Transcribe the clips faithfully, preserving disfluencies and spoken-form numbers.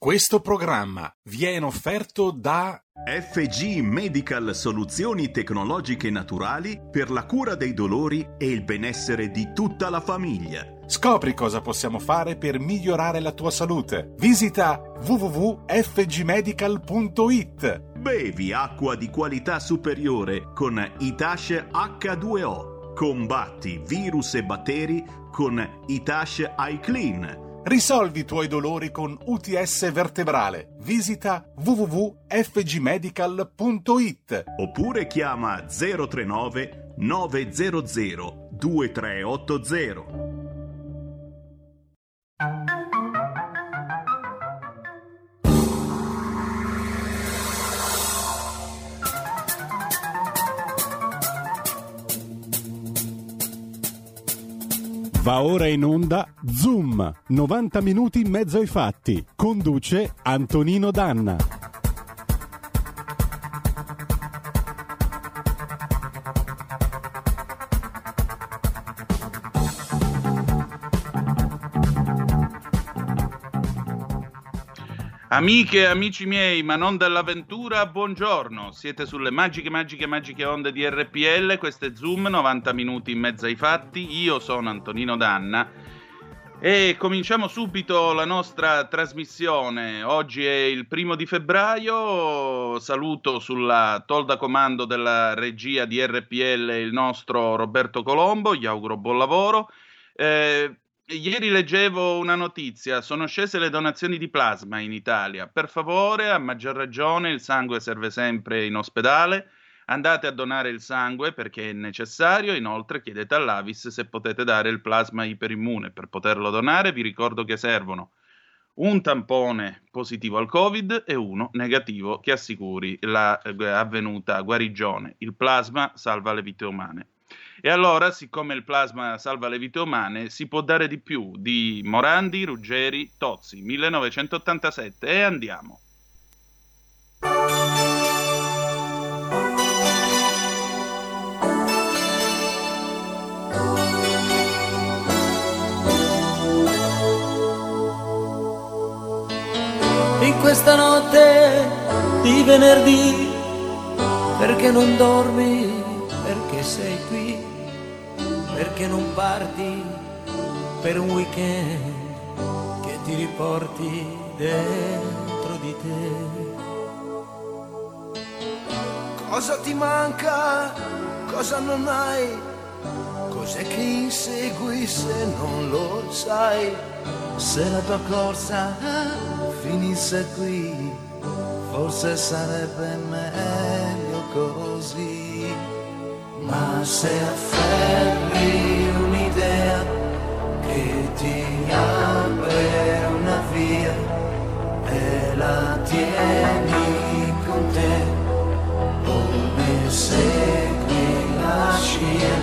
Questo programma viene offerto da F G Medical Soluzioni Tecnologiche Naturali per la cura dei dolori e il benessere di tutta la famiglia. Scopri cosa possiamo fare per migliorare la tua salute. Visita w w w punto f g medical punto i t. Bevi acqua di qualità superiore con Itash H due O. Combatti virus e batteri con Itash iClean. Risolvi i tuoi dolori con U T S vertebrale. Visita w w w punto f g medical punto i t. Oppure chiama zero tre nove nove zero zero due tre otto zero. Va ora in onda Zoom, novanta minuti in mezzo ai fatti. Conduce Antonino Danna. Amiche e amici miei, ma non dell'avventura, buongiorno. Siete sulle magiche, magiche, magiche onde di R P L. Questo è Zoom, novanta minuti in mezzo ai fatti. Io sono Antonino Danna e cominciamo subito la nostra trasmissione. Oggi è il primo di febbraio. Saluto sulla tolda comando della regia di R P L il nostro Roberto Colombo. Gli auguro buon lavoro. Eh, Ieri leggevo una notizia, sono scese le donazioni di plasma in Italia. Per favore, a maggior ragione, il sangue serve sempre in ospedale, andate a donare il sangue perché è necessario. Inoltre chiedete all'Avis se potete dare il plasma iperimmune. Per poterlo donare vi ricordo che servono un tampone positivo al Covid e uno negativo che assicuri la eh, avvenuta guarigione. Il plasma salva le vite umane. E allora, siccome il plasma salva le vite umane, si può dare di più di Morandi, Ruggeri, Tozzi, millenovecentottantasette. E andiamo. In questa notte di venerdì, perché non dormi, perché sei qui, perché non parti per un weekend che ti riporti dentro di te. Cosa ti manca, cosa non hai, cos'è che insegui se non lo sai, se la tua corsa finisse qui, forse sarebbe meglio così. Ma se afferri un'idea che ti apre una via e la tieni con te, o ne segui la scia,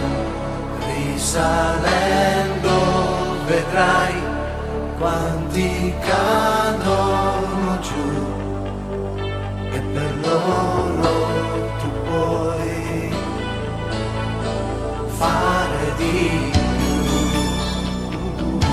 risalendo vedrai quanti cadono giù e per loro tu puoi fare di più.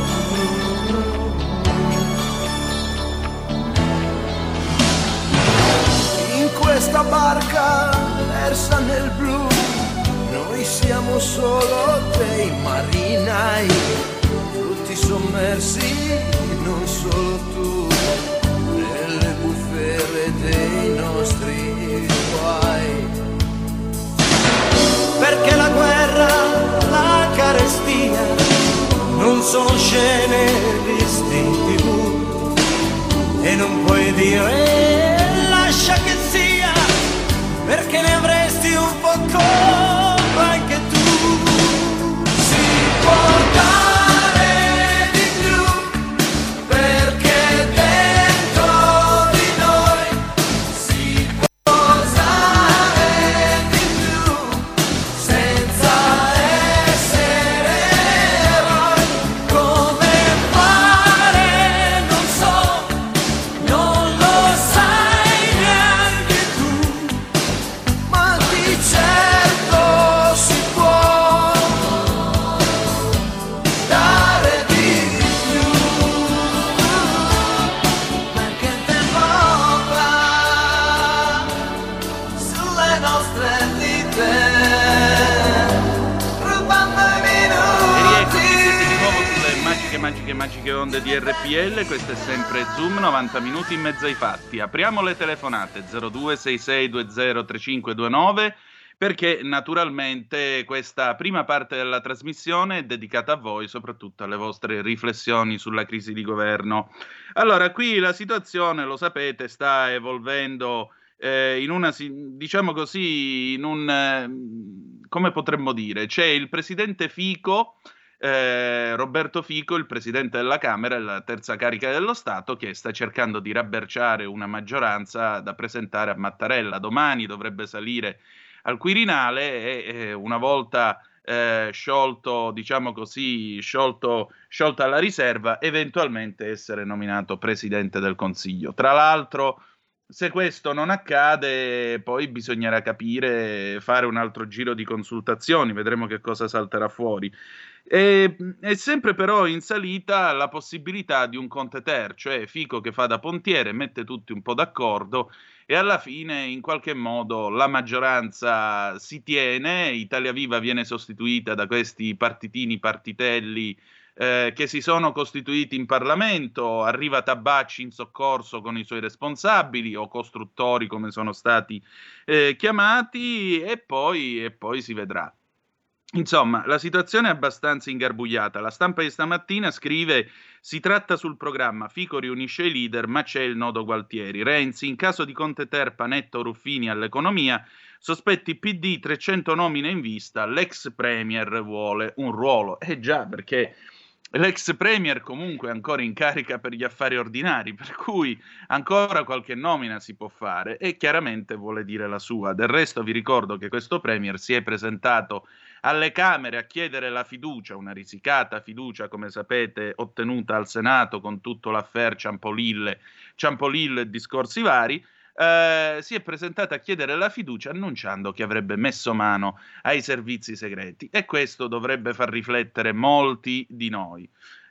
In questa barca persa nel blu, noi siamo solo dei marinai, tutti sommersi, non solo tu, nelle bufere dei nostri guai. Perché la guerra, la carestia non sono scene viste in tivù e non puoi dire lascia che sia, perché ne avresti un po' colpa anche tu. Si può dare di più perché dentro di noi si può osare di più senza essere eroi. Come fare non so, non lo sai neanche tu, ma di certo magiche magiche onde di R P L, questo è sempre Zoom, novanta minuti in mezzo ai fatti. Apriamo le telefonate zero due sei sei due zero tre cinque due nove, perché naturalmente questa prima parte della trasmissione è dedicata a voi, soprattutto alle vostre riflessioni sulla crisi di governo. Allora, qui la situazione, lo sapete, sta evolvendo eh, in una, diciamo così, in un, eh, come potremmo dire, c'è il presidente Fico, Eh, Roberto Fico, il presidente della Camera e la terza carica dello Stato, che sta cercando di rabberciare una maggioranza da presentare a Mattarella. Domani dovrebbe salire al Quirinale e eh, una volta eh, sciolto, diciamo così, sciolto, sciolta la riserva, eventualmente essere nominato presidente del Consiglio. Tra l'altro, se questo non accade, poi bisognerà capire, fare un altro giro di consultazioni, vedremo che cosa salterà fuori. E, è sempre però in salita la possibilità di un Conte-ter, cioè Fico che fa da pontiere, mette tutti un po' d'accordo e alla fine in qualche modo la maggioranza si tiene, Italia Viva viene sostituita da questi partitini, partitelli eh, che si sono costituiti in Parlamento, arriva Tabacci in soccorso con i suoi responsabili o costruttori come sono stati eh, chiamati e poi, e poi si vedrà. Insomma, la situazione è abbastanza ingarbugliata. La Stampa di stamattina scrive: si tratta sul programma, Fico riunisce i leader, ma c'è il nodo Gualtieri. Renzi, in caso di Conte-ter, Panetta o Ruffini all'economia, sospetti P D, trecento nomine in vista, l'ex premier vuole un ruolo. Eh già, perché l'ex premier comunque è ancora in carica per gli affari ordinari, per cui ancora qualche nomina si può fare e chiaramente vuole dire la sua. Del resto vi ricordo che questo premier si è presentato alle Camere a chiedere la fiducia, una risicata fiducia, come sapete, ottenuta al Senato con tutto l'affaire Ciampolillo, Ciampolillo e discorsi vari. Eh, si è presentata a chiedere la fiducia annunciando che avrebbe messo mano ai servizi segreti e questo dovrebbe far riflettere molti di noi.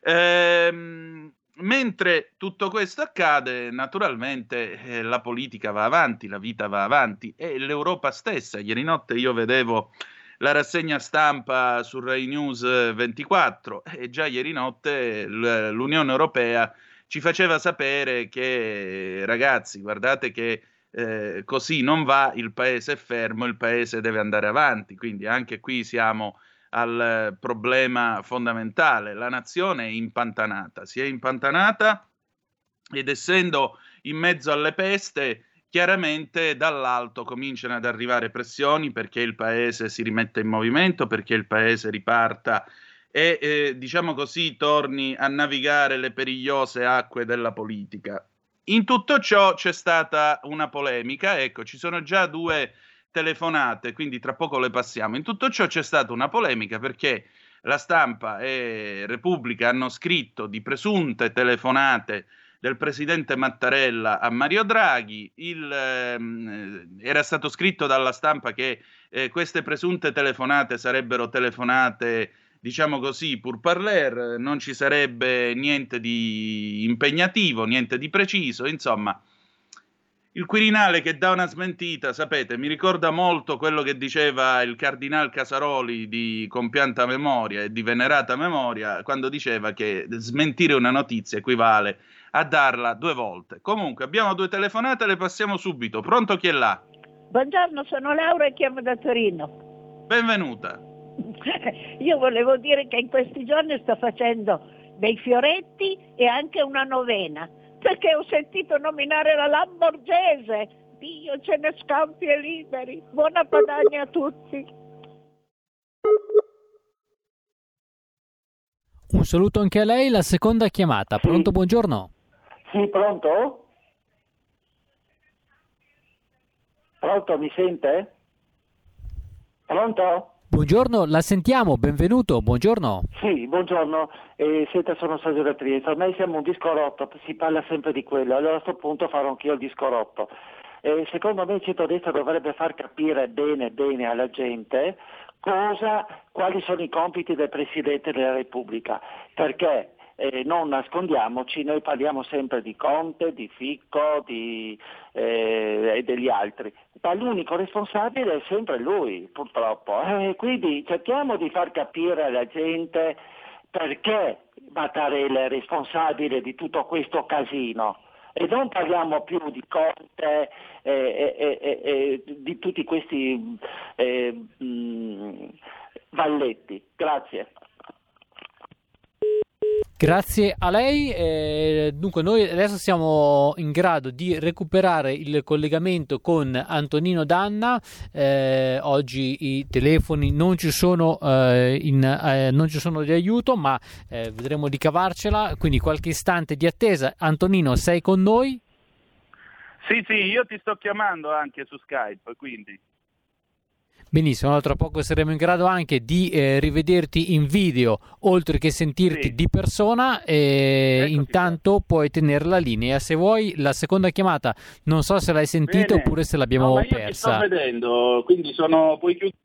Ehm, mentre tutto questo accade, naturalmente eh, la politica va avanti, la vita va avanti e l'Europa stessa. Ieri notte io vedevo la rassegna stampa su Rai News ventiquattro e già ieri notte l'Unione Europea ci faceva sapere che, ragazzi, guardate che eh, così non va, il paese è fermo, il paese deve andare avanti, quindi anche qui siamo al problema fondamentale. La nazione è impantanata, si è impantanata ed essendo in mezzo alle peste, chiaramente dall'alto cominciano ad arrivare pressioni perché il paese si rimetta in movimento, perché il paese riparta e, eh, diciamo così, torni a navigare le perigliose acque della politica. In tutto ciò c'è stata una polemica, ecco, ci sono già due telefonate, quindi tra poco le passiamo. In tutto ciò c'è stata una polemica perché La Stampa e Repubblica hanno scritto di presunte telefonate del presidente Mattarella a Mario Draghi. Il, ehm, era stato scritto dalla Stampa che eh, queste presunte telefonate sarebbero telefonate, diciamo così, pour parler, non ci sarebbe niente di impegnativo, niente di preciso, insomma. Il Quirinale che dà una smentita, sapete, mi ricorda molto quello che diceva il cardinal Casaroli di compianta memoria e di venerata memoria, quando diceva che smentire una notizia equivale a darla due volte. Comunque, abbiamo due telefonate, le passiamo subito. Pronto, chi è là? Buongiorno, sono Laura e chiamo da Torino. Benvenuta. Io volevo dire che in questi giorni sto facendo dei fioretti e anche una novena, perché ho sentito nominare la Lamborghese. Dio ce ne scampi e liberi. Buona Padania a tutti. Un saluto anche a lei, la seconda chiamata. Pronto, sì. Buongiorno. Sì, pronto? Pronto, mi sente? Pronto? Buongiorno, la sentiamo, benvenuto, buongiorno. Sì, buongiorno, eh, senta, sono Sergio da Trieste, ormai siamo un disco rotto, si parla sempre di quello, allora a questo punto farò anch'io il disco rotto. Eh, secondo me il centrodestra dovrebbe far capire bene bene alla gente cosa, quali sono i compiti del Presidente della Repubblica, perché eh, non nascondiamoci, noi parliamo sempre di Conte, di Fico di, eh, e degli altri, ma l'unico responsabile è sempre lui, purtroppo. Eh, quindi cerchiamo di far capire alla gente perché Mattarella è responsabile di tutto questo casino. E non parliamo più di Conte e eh, eh, eh, eh, di tutti questi eh, mh, valletti. Grazie. Grazie a lei. Eh, dunque noi adesso siamo in grado di recuperare il collegamento con Antonino Danna. Eh, oggi i telefoni non ci sono, eh, in, eh, non ci sono di aiuto, ma eh, vedremo di cavarcela, quindi qualche istante di attesa. Antonino, sei con noi? Sì, sì, io ti sto chiamando anche su Skype, quindi... Benissimo, allora tra poco saremo in grado anche di eh, rivederti in video, oltre che sentirti sì. di persona, e Eccoci intanto qua. puoi tenere la linea. Se vuoi, la seconda chiamata, non so se l'hai sentita Bene. oppure se l'abbiamo no, ma io persa. Ti sto vedendo, quindi sono... Puoi chiudere.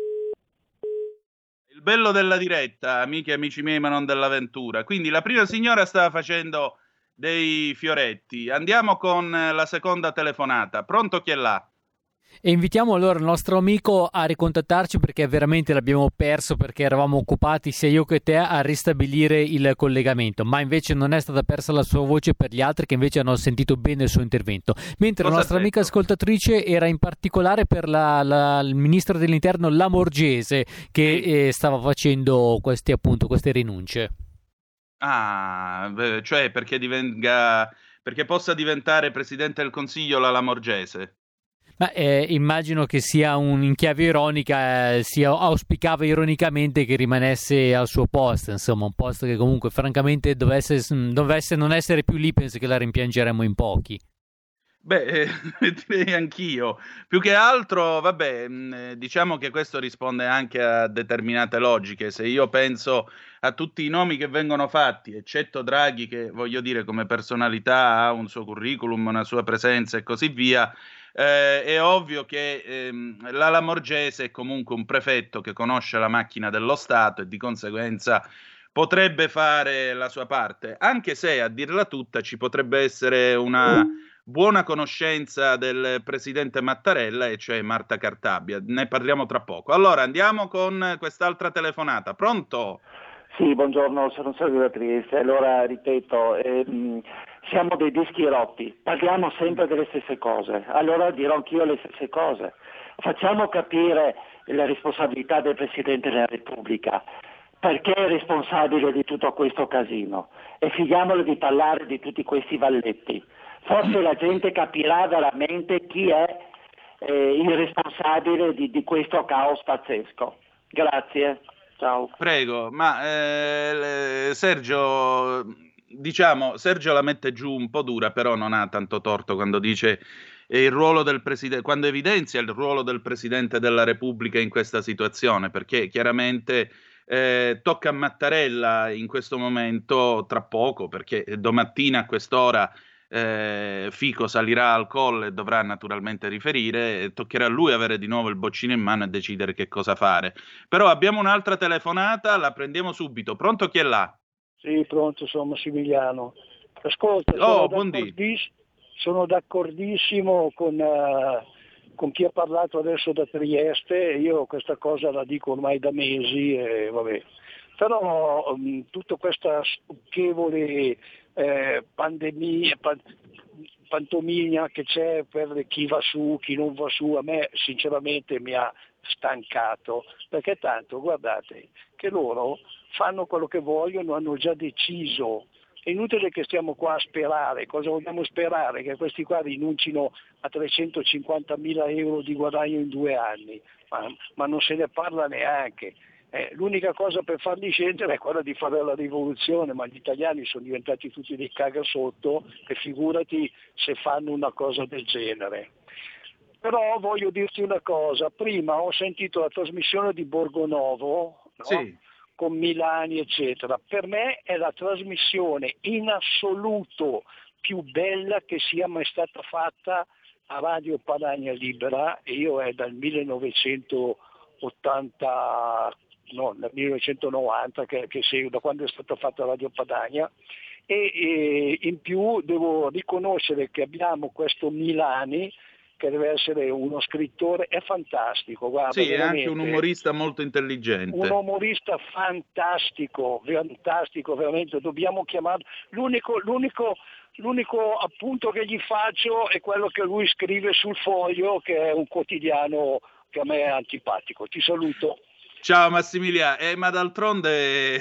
Il bello della diretta, amiche e amici miei, ma non dell'avventura. Quindi la prima signora stava facendo dei fioretti. Andiamo con la seconda telefonata. Pronto, chi è là? E invitiamo allora il nostro amico a ricontattarci, perché veramente l'abbiamo perso, perché eravamo occupati sia io che te a ristabilire il collegamento, ma invece non è stata persa la sua voce per gli altri che invece hanno sentito bene il suo intervento, mentre Cosa la nostra ha amica detto? ascoltatrice era in particolare per la, la, il ministro dell'interno Lamorgese, che Sì. eh, stava facendo questi, appunto, queste rinunce. Ah, beh, cioè perché divenga, perché possa diventare presidente del Consiglio la Lamorgese. Ma eh, immagino che sia un, in chiave ironica, eh, sia, auspicava ironicamente che rimanesse al suo posto, insomma, un posto che comunque francamente dovesse, dovesse non essere più lì, penso che la rimpiangeremmo in pochi. Beh, eh, direi anch'io. Più che altro, vabbè, mh, diciamo che questo risponde anche a determinate logiche. Se io penso a tutti i nomi che vengono fatti, eccetto Draghi, che voglio dire come personalità ha un suo curriculum, una sua presenza e così via, eh, è ovvio che ehm, la Lamorgese è comunque un prefetto che conosce la macchina dello Stato e di conseguenza potrebbe fare la sua parte, anche se a dirla tutta ci potrebbe essere una buona conoscenza del presidente Mattarella, e cioè Marta Cartabia. Ne parliamo tra poco. Allora andiamo con quest'altra telefonata. Pronto? Sì, buongiorno, sono Sergio da Trieste. Allora, ripeto, ehm, siamo dei dischi rotti, parliamo sempre delle stesse cose, allora dirò anch'io le stesse cose. Facciamo capire la responsabilità del Presidente della Repubblica, perché è responsabile di tutto questo casino, e fighiamolo di parlare di tutti questi valletti. Forse la gente capirà veramente chi è eh, il responsabile di, di questo caos pazzesco. Grazie. Ciao. Prego, ma eh, Sergio, diciamo, Sergio la mette giù un po' dura, però non ha tanto torto quando dice eh, il ruolo del presidente, quando evidenzia il ruolo del Presidente della Repubblica in questa situazione, perché chiaramente eh, tocca a Mattarella in questo momento, tra poco, perché domattina a quest'ora Eh, Fico salirà al colle e dovrà naturalmente riferire, e toccherà a lui avere di nuovo il boccino in mano e decidere che cosa fare. Però abbiamo un'altra telefonata, la prendiamo subito. Pronto, chi è là? Sì, pronto, sono Massimiliano. Ascolta, sono, Oh, d'accordiss- sono d'accordissimo con, uh, con chi ha parlato adesso da Trieste. Io questa cosa la dico ormai da mesi, e vabbè. Però um, tutta questa stucchevole eh, pandemia, pan- pantomimia che c'è per chi va su, chi non va su, a me sinceramente mi ha stancato, perché tanto guardate che loro fanno quello che vogliono, hanno già deciso. È inutile che stiamo qua a sperare. Cosa vogliamo sperare? Che questi qua rinuncino a trecentocinquantamila euro di guadagno in due anni, ma, ma non se ne parla neanche. Eh, l'unica cosa per farli scendere è quella di fare la rivoluzione, ma gli italiani sono diventati tutti dei cagasotto, e figurati se fanno una cosa del genere. Però voglio dirti una cosa: prima ho sentito la trasmissione di Borgonovo, no? Sì. Con Milani eccetera. Per me è la trasmissione in assoluto più bella che sia mai stata fatta a Radio Padania Libera, e io è dal millenovecentottanta, no, nel millenovecentonovanta che, che seguo, da quando è stata fatta Radio Padania, e, e in più devo riconoscere che abbiamo questo Milani che deve essere uno scrittore, è fantastico. Guarda, sì, è veramente. anche un umorista molto intelligente. Un umorista fantastico, fantastico, veramente, dobbiamo chiamarlo. L'unico, l'unico, l'unico appunto che gli faccio è quello che lui scrive sul Foglio, che è un quotidiano che a me è antipatico. Ti saluto. Ciao Massimiliano, eh, ma d'altronde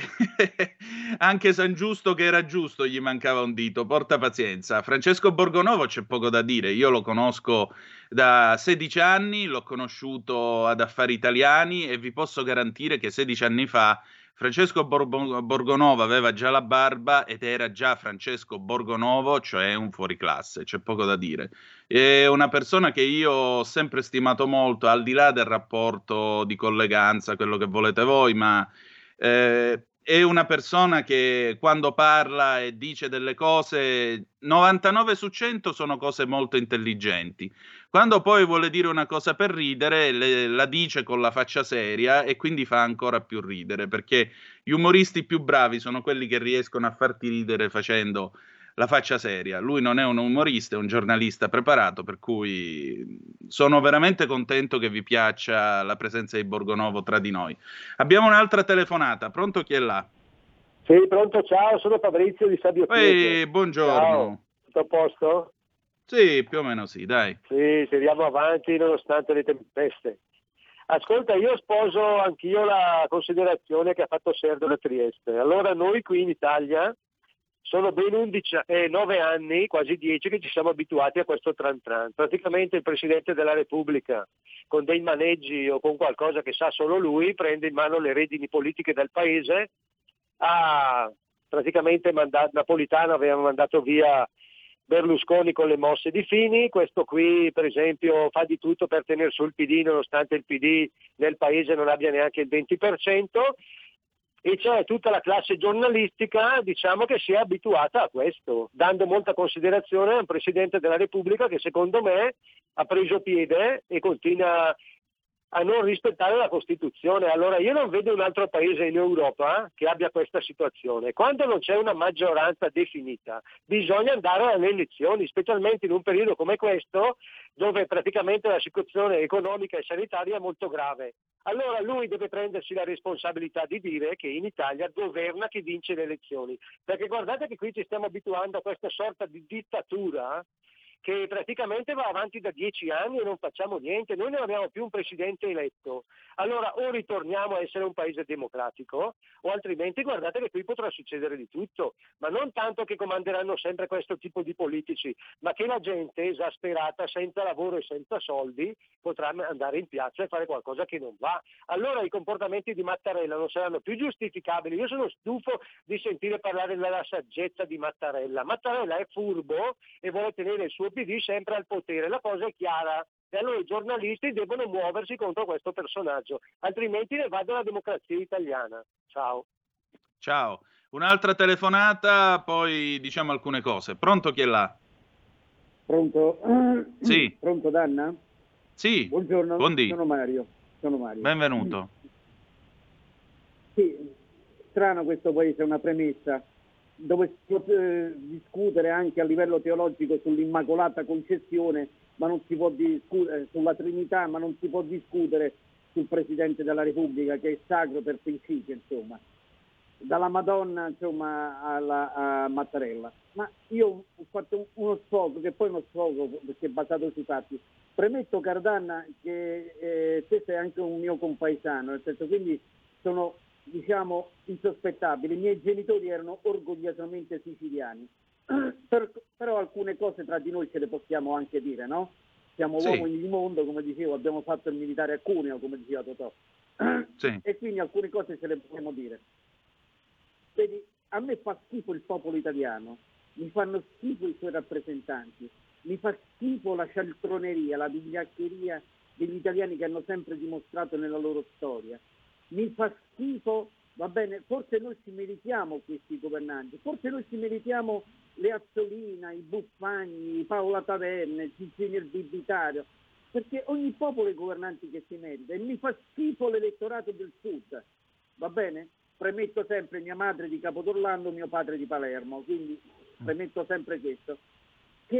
anche San Giusto che era giusto gli mancava un dito, porta pazienza. Francesco Borgonovo c'è poco da dire, io lo conosco da sedici anni, l'ho conosciuto ad Affari Italiani e vi posso garantire che sedici anni fa Francesco Bor- Borgonovo aveva già la barba ed era già Francesco Borgonovo, cioè un fuoriclasse, c'è poco da dire. È una persona che io ho sempre stimato molto, al di là del rapporto di colleganza, quello che volete voi, ma eh, è una persona che quando parla e dice delle cose, novantanove su cento sono cose molto intelligenti. Quando poi vuole dire una cosa per ridere, le, la dice con la faccia seria e quindi fa ancora più ridere, perché gli umoristi più bravi sono quelli che riescono a farti ridere facendo la faccia seria. Lui non è un umorista, è un giornalista preparato, per cui sono veramente contento che vi piaccia la presenza di Borgonovo tra di noi. Abbiamo un'altra telefonata, pronto, chi è là? Sì, pronto, ciao, sono Fabrizio di Sabio Ehi, buongiorno. Ciao, tutto a posto? Sì, più o meno sì, dai. Sì, tiriamo avanti nonostante le tempeste. Ascolta, io sposo anch'io la considerazione che ha fatto Sergio da Trieste. Allora noi qui in Italia sono ben undici, eh, nove anni, quasi dieci, che ci siamo abituati a questo tran tran. Praticamente il Presidente della Repubblica, con dei maneggi o con qualcosa che sa solo lui, prende in mano le redini politiche del paese. Ha praticamente mandato, Napolitano aveva mandato via Berlusconi con le mosse di Fini, questo qui per esempio fa di tutto per tenere su il P D, nonostante il P D nel paese non abbia neanche il venti per cento, e c'è tutta la classe giornalistica, diciamo, che si è abituata a questo, dando molta considerazione a un Presidente della Repubblica che secondo me ha preso piede e continua a non rispettare la Costituzione. Allora io non vedo un altro paese in Europa che abbia questa situazione. Quando non c'è una maggioranza definita bisogna andare alle elezioni, specialmente in un periodo come questo dove praticamente la situazione economica e sanitaria è molto grave. Allora lui deve prendersi la responsabilità di dire che in Italia governa chi vince le elezioni, perché guardate che qui ci stiamo abituando a questa sorta di dittatura che praticamente va avanti da dieci anni e non facciamo niente, noi non abbiamo più un presidente eletto. Allora o ritorniamo a essere un paese democratico o altrimenti guardate che qui potrà succedere di tutto, ma non tanto che comanderanno sempre questo tipo di politici, ma che la gente esasperata, senza lavoro e senza soldi, potrà andare in piazza e fare qualcosa che non va. Allora i comportamenti di Mattarella non saranno più giustificabili. Io sono stufo di sentire parlare della saggezza di Mattarella. Mattarella è furbo e vuole tenere il suo P D sempre al potere, la cosa è chiara, e allora i giornalisti devono muoversi contro questo personaggio, altrimenti ne va della democrazia italiana. Ciao. Ciao. Un'altra telefonata, poi diciamo alcune cose. Pronto, chi è là? Pronto? Sì. Pronto, Danna? Sì. Buongiorno, Buondì. sono Mario. Sono Mario. Benvenuto. Sì, strano questo paese, è una premessa dove si può eh, discutere anche a livello teologico sull'Immacolata Concezione, ma non si può discutere sulla Trinità, ma non si può discutere sul Presidente della Repubblica, che è sacro per principio, insomma, dalla Madonna, insomma, alla, a Mattarella. Ma io ho fatto uno sfogo, che poi uno sfogo perché è basato sui fatti. Premetto, Cardanna, che eh, te sei anche un mio compaesano, nel senso, quindi sono, diciamo, insospettabili. I miei genitori erano orgogliosamente siciliani, per, però alcune cose tra di noi ce le possiamo anche dire, no? Siamo Sì. uomini di mondo, come dicevo, abbiamo fatto il militare a Cuneo, come diceva Totò, Sì. e quindi alcune cose ce le possiamo dire. Vedi, a me fa schifo il popolo italiano, mi fanno schifo i suoi rappresentanti, mi fa schifo la cialtroneria, la vigliaccheria degli italiani che hanno sempre dimostrato nella loro storia. Mi fa schifo, va bene, forse noi ci meritiamo questi governanti, forse noi ci meritiamo le Azzolina, i Buffagni, i Paola Taverne, il Ingegner Bibitario, perché ogni popolo ha i governanti che si merita, e mi fa schifo l'elettorato del Sud, va bene? Premetto sempre mia madre di Capodorlando, mio padre di Palermo, quindi premetto sempre questo, che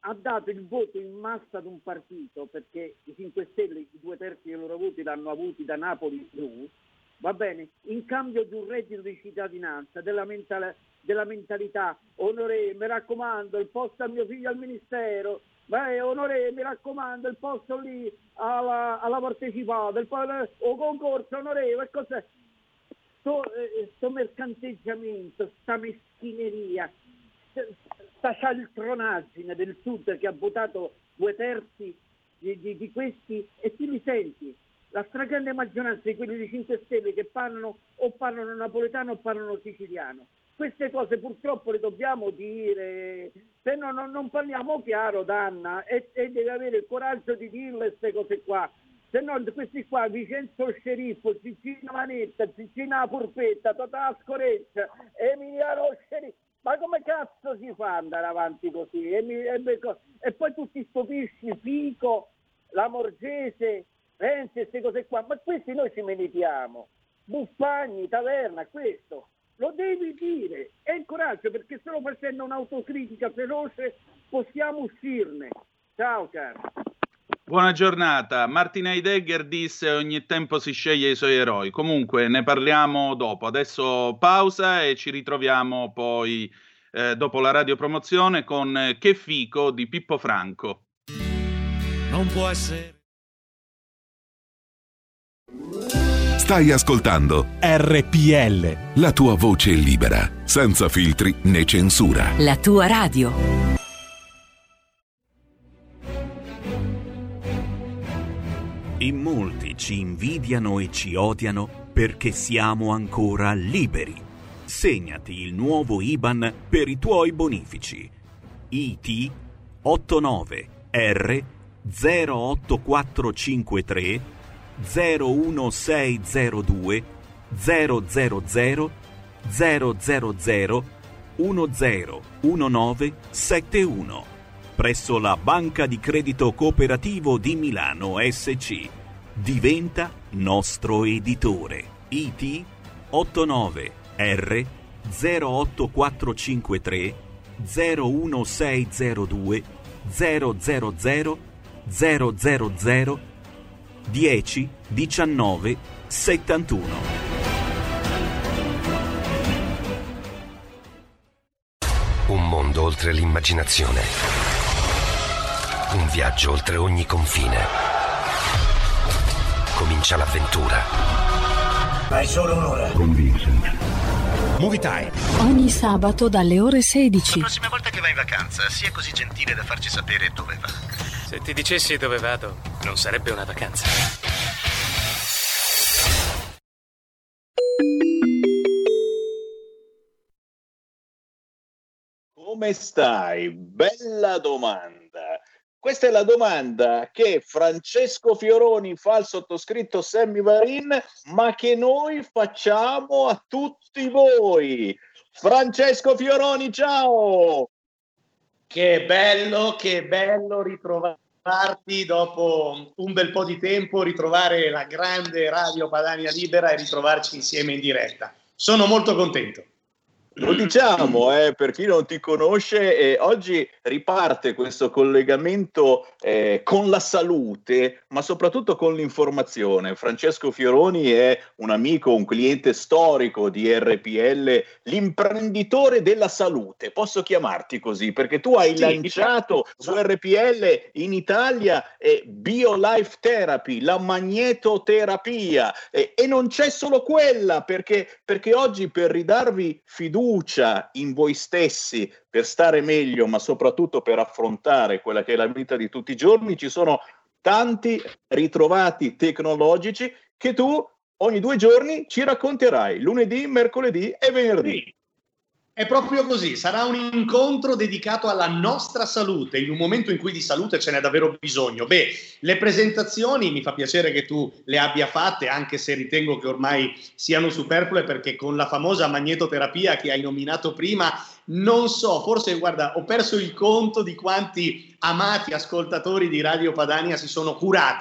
ha dato il voto in massa ad un partito, perché i cinque Stelle i due terzi dei loro voti l'hanno avuti da Napoli giù, va bene, in cambio di un reddito di cittadinanza, della, mental- della mentalità, onore, mi raccomando, il posto a mio figlio al ministero, beh, onore, mi raccomando, il posto lì alla, alla partecipata, il o concorso, onorevole, cos'è? Sto, eh, sto mercanteggiamento, sta meschineria, sta cialtronaggine del sud che ha votato due terzi di, di, di questi, e ti li senti? La stragrande maggioranza di quelli di cinque Stelle che parlano o parlano napoletano o parlano siciliano. Queste cose purtroppo le dobbiamo dire, se no non, non parliamo chiaro, Danna, e, e deve avere il coraggio di dirle queste cose qua. Se no questi qua, Vincenzo Sceriffo, Cicina Manetta, Cicina Purpetta, Totà Scoreccia, Emiliano Sceriffo, ma come cazzo si fa andare avanti così? E, mi, e, e poi tutti sto pesci, Fico, la Morgese, Renzi, queste cose qua, ma questi noi ci meritiamo. Buffagni, Taverna, questo lo devi dire, è il coraggio, perché solo facendo un'autocritica feroce possiamo uscirne. Ciao caro. Buona giornata. Martin Heidegger disse: ogni tempo si sceglie i suoi eroi. Comunque ne parliamo dopo. Adesso pausa e ci ritroviamo poi eh, dopo la radiopromozione con eh, Che fico di Pippo Franco. Non può essere. Stai ascoltando R P L, la tua voce libera, senza filtri né censura. La tua radio. In molti ci invidiano e ci odiano perché siamo ancora liberi. Segnati il nuovo I B A N per i tuoi bonifici. I T otto nove R zero otto quattro cinque tre zero uno sei zero due zero zero zero zero zero zero uno zero uno nove sette uno presso la Banca di Credito Cooperativo di Milano S C. Diventa nostro editore. I T otto nove R zero otto quattro cinque tre zero uno sei zero due zero zero zero zero zero zero dieci diciannove settantuno. Un mondo oltre l'immaginazione. Un viaggio oltre ogni confine. Comincia l'avventura. Hai solo un'ora. Con Vincent. Movie Time. Ogni sabato dalle ore sedici. La prossima volta che vai in vacanza, sia così gentile da farci sapere dove va. Se ti dicessi dove vado, non sarebbe una vacanza. Come stai? Bella domanda. Questa è la domanda che Francesco Fioroni fa al sottoscritto Sammy Varin, ma che noi facciamo a tutti voi. Francesco Fioroni, ciao! Che bello, che bello ritrovarti dopo un bel po' di tempo, ritrovare la grande Radio Padania Libera e ritrovarci insieme in diretta. Sono molto contento. Lo diciamo, eh, per chi non ti conosce, eh, oggi riparte questo collegamento eh, con la salute, ma soprattutto con l'informazione. Francesco Fioroni è un amico, un cliente storico di R P L, l'imprenditore della salute. Posso chiamarti così? Perché tu hai sì, lanciato su R P L in Italia eh, BioLife Therapy, la magnetoterapia, eh, e non c'è solo quella, perché, perché oggi per ridarvi fiducia in voi stessi, per stare meglio, ma soprattutto per affrontare quella che è la vita di tutti i giorni, ci sono tanti ritrovati tecnologici che tu ogni due giorni ci racconterai, lunedì, mercoledì e venerdì. È proprio così, sarà un incontro dedicato alla nostra salute, in un momento in cui di salute ce n'è davvero bisogno. Beh, le presentazioni mi fa piacere che tu le abbia fatte, anche se ritengo che ormai siano superflue, perché con la famosa magnetoterapia che hai nominato prima, non so, forse guarda, ho perso il conto di quanti amati ascoltatori di Radio Padania si sono curati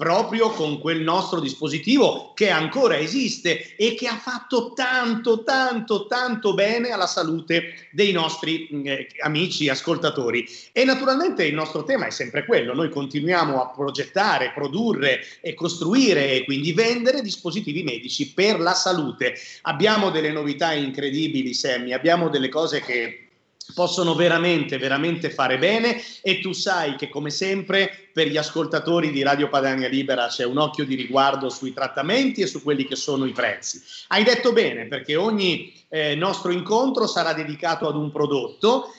proprio con quel nostro dispositivo che ancora esiste e che ha fatto tanto, tanto, tanto bene alla salute dei nostri eh, amici ascoltatori. E naturalmente il nostro tema è sempre quello: noi continuiamo a progettare, produrre e costruire e quindi vendere dispositivi medici per la salute. Abbiamo delle novità incredibili, Sammy, abbiamo delle cose che possono veramente, veramente fare bene, e tu sai che come sempre per gli ascoltatori di Radio Padania Libera c'è un occhio di riguardo sui trattamenti e su quelli che sono i prezzi. Hai detto bene, perché ogni eh, nostro incontro sarà dedicato ad un prodotto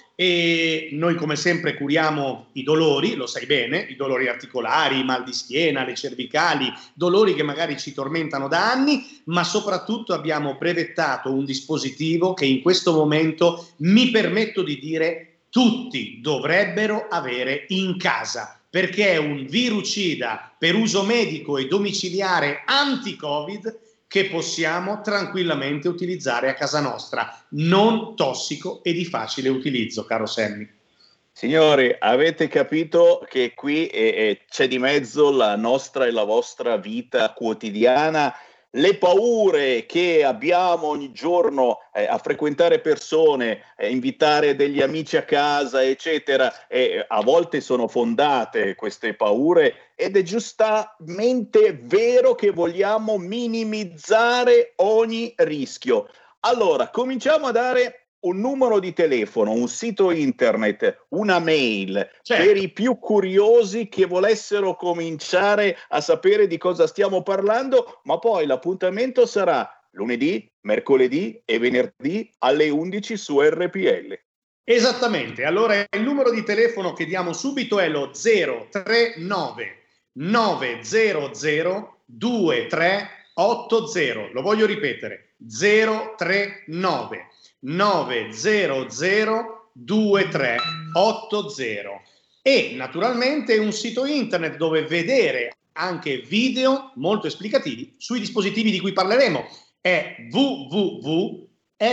e noi come sempre curiamo i dolori, lo sai bene, i dolori articolari, i mal di schiena, le cervicali, dolori che magari ci tormentano da anni, ma soprattutto abbiamo brevettato un dispositivo che in questo momento mi permetto di dire tutti dovrebbero avere in casa, perché è un virucida per uso medico e domiciliare anti-Covid che possiamo tranquillamente utilizzare a casa nostra, non tossico e di facile utilizzo, caro Sammy. Signori, avete capito che qui eh, eh, c'è di mezzo la nostra e la vostra vita quotidiana, le paure che abbiamo ogni giorno eh, a frequentare persone, eh, invitare degli amici a casa, eccetera, e a volte sono fondate queste paure ed è giustamente vero che vogliamo minimizzare ogni rischio. Allora, cominciamo a dare un numero di telefono, un sito internet, una mail, certo, per i più curiosi che volessero cominciare a sapere di cosa stiamo parlando, ma poi l'appuntamento sarà lunedì, mercoledì e venerdì alle undici su R P L. Esattamente, allora il numero di telefono che diamo subito è lo zero tre nove nove zero zero due tre otto zero, lo voglio ripetere, zero tre nove nove zero zero due tre otto zero, e naturalmente un sito internet dove vedere anche video molto esplicativi sui dispositivi di cui parleremo, è w w w punto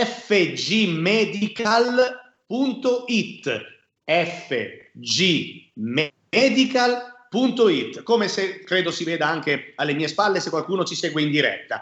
f g medical punto i t, f g medical punto i t, come se credo si veda anche alle mie spalle se qualcuno ci segue in diretta.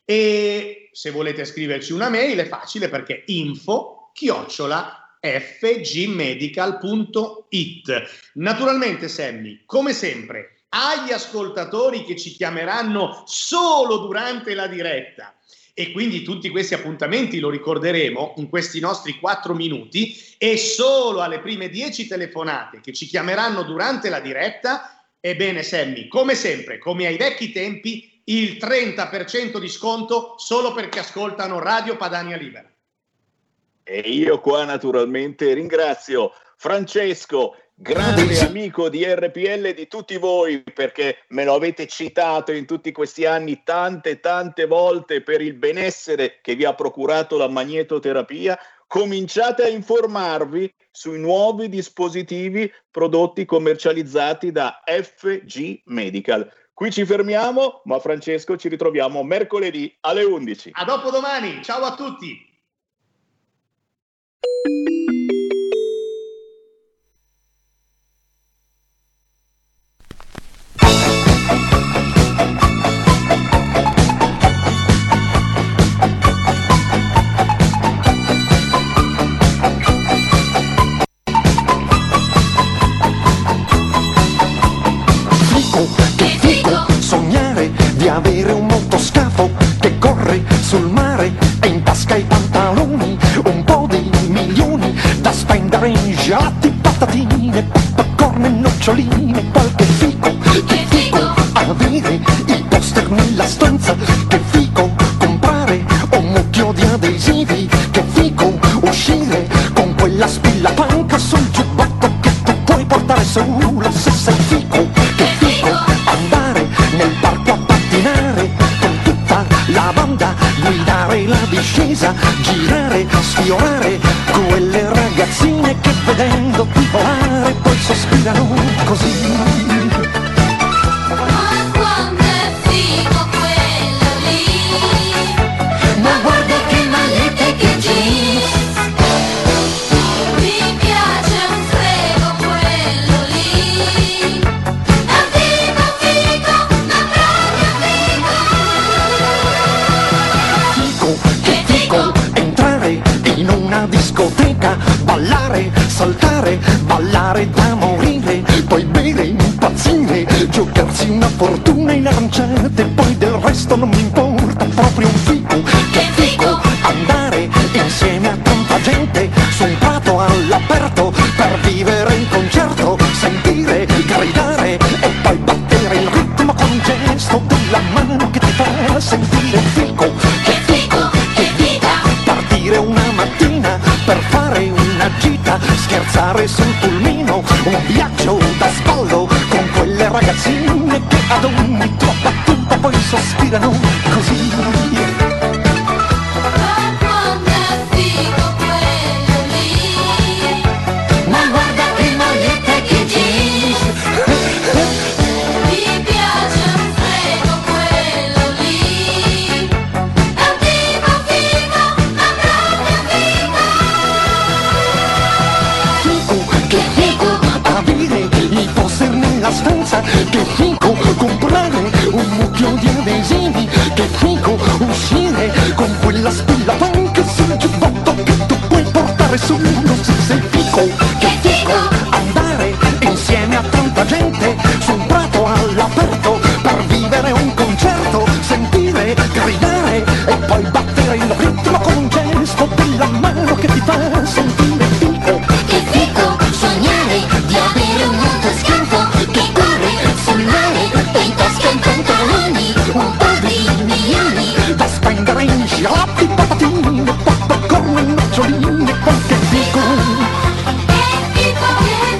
E se volete scriverci una mail è facile, perché info chiocciola f g medical punto i t. Naturalmente, Sammy, come sempre, agli ascoltatori che ci chiameranno solo durante la diretta, e quindi tutti questi appuntamenti lo ricorderemo in questi nostri quattro minuti, e solo alle prime dieci telefonate che ci chiameranno durante la diretta, ebbene Sammy, come sempre, come ai vecchi tempi, il trenta per cento di sconto solo perché ascoltano Radio Padania Libera. E io qua naturalmente ringrazio Francesco, grande amico di R P L, di tutti voi, perché me lo avete citato in tutti questi anni tante tante volte per il benessere che vi ha procurato la magnetoterapia. Cominciate a informarvi sui nuovi dispositivi prodotti commercializzati da F G Medical. Qui ci fermiamo, ma Francesco ci ritroviamo mercoledì alle undici. A dopo domani, ciao a tutti! Sognare di avere un motoscafo che corre sul mare e in tasca i pantaloni, un po' di milioni da spendere in gelati, patatine, popcorn e noccioline, qualche fico, che fico avere i poster nella stanza, che fico comprare un mucchio di adesivi, che fico uscire con quella spilla panca sul giubbotto che tu puoi portare solo se sei fico, che fico andare nel parco a pattinare con tutta la banda, guidare la discesa, girare, sfiorare quelle ragazzine che vedendoti volare poi sospirano così. Ma quando è figo quello lì, ma guarda che magliette, che jeans, mi piace un frego quello lì, è figo figo saltare, ballare da morire, poi bere, impazzire, giocarsi una fortuna in aranciate, poi del resto non mi importa, proprio un fico, che fico, andare insieme a tanta gente, su un prato all'aperto, per vivere in concerto, sentire, gridare, e poi battere il ritmo con un gesto della mano che ti fa sentire fico, che fico, che vita, partire una mattina per fare una gita, scherzare sul pulmino, un viaggio da sballo con quelle ragazzine che ad ogni tua battuta poi sospirano così. Stanza, che fico comprare un mucchio di adesivi, che fico uscire con quella spilla punk sul giubbotto che tu puoi portare su uno se sei fico, che fico andare insieme a tanta gente su un prato all'aperto per vivere un concerto, sentire, gridare e poi battere il ritmo con un gesto della mano che ti fa sentire fico, che fico sognare di avere un motoscafo che corre sul mare e in tasca in pantaloni un po' di milioni da spendere in gelati, patatine, popcorn e noccioline, qualche fico. Che fico,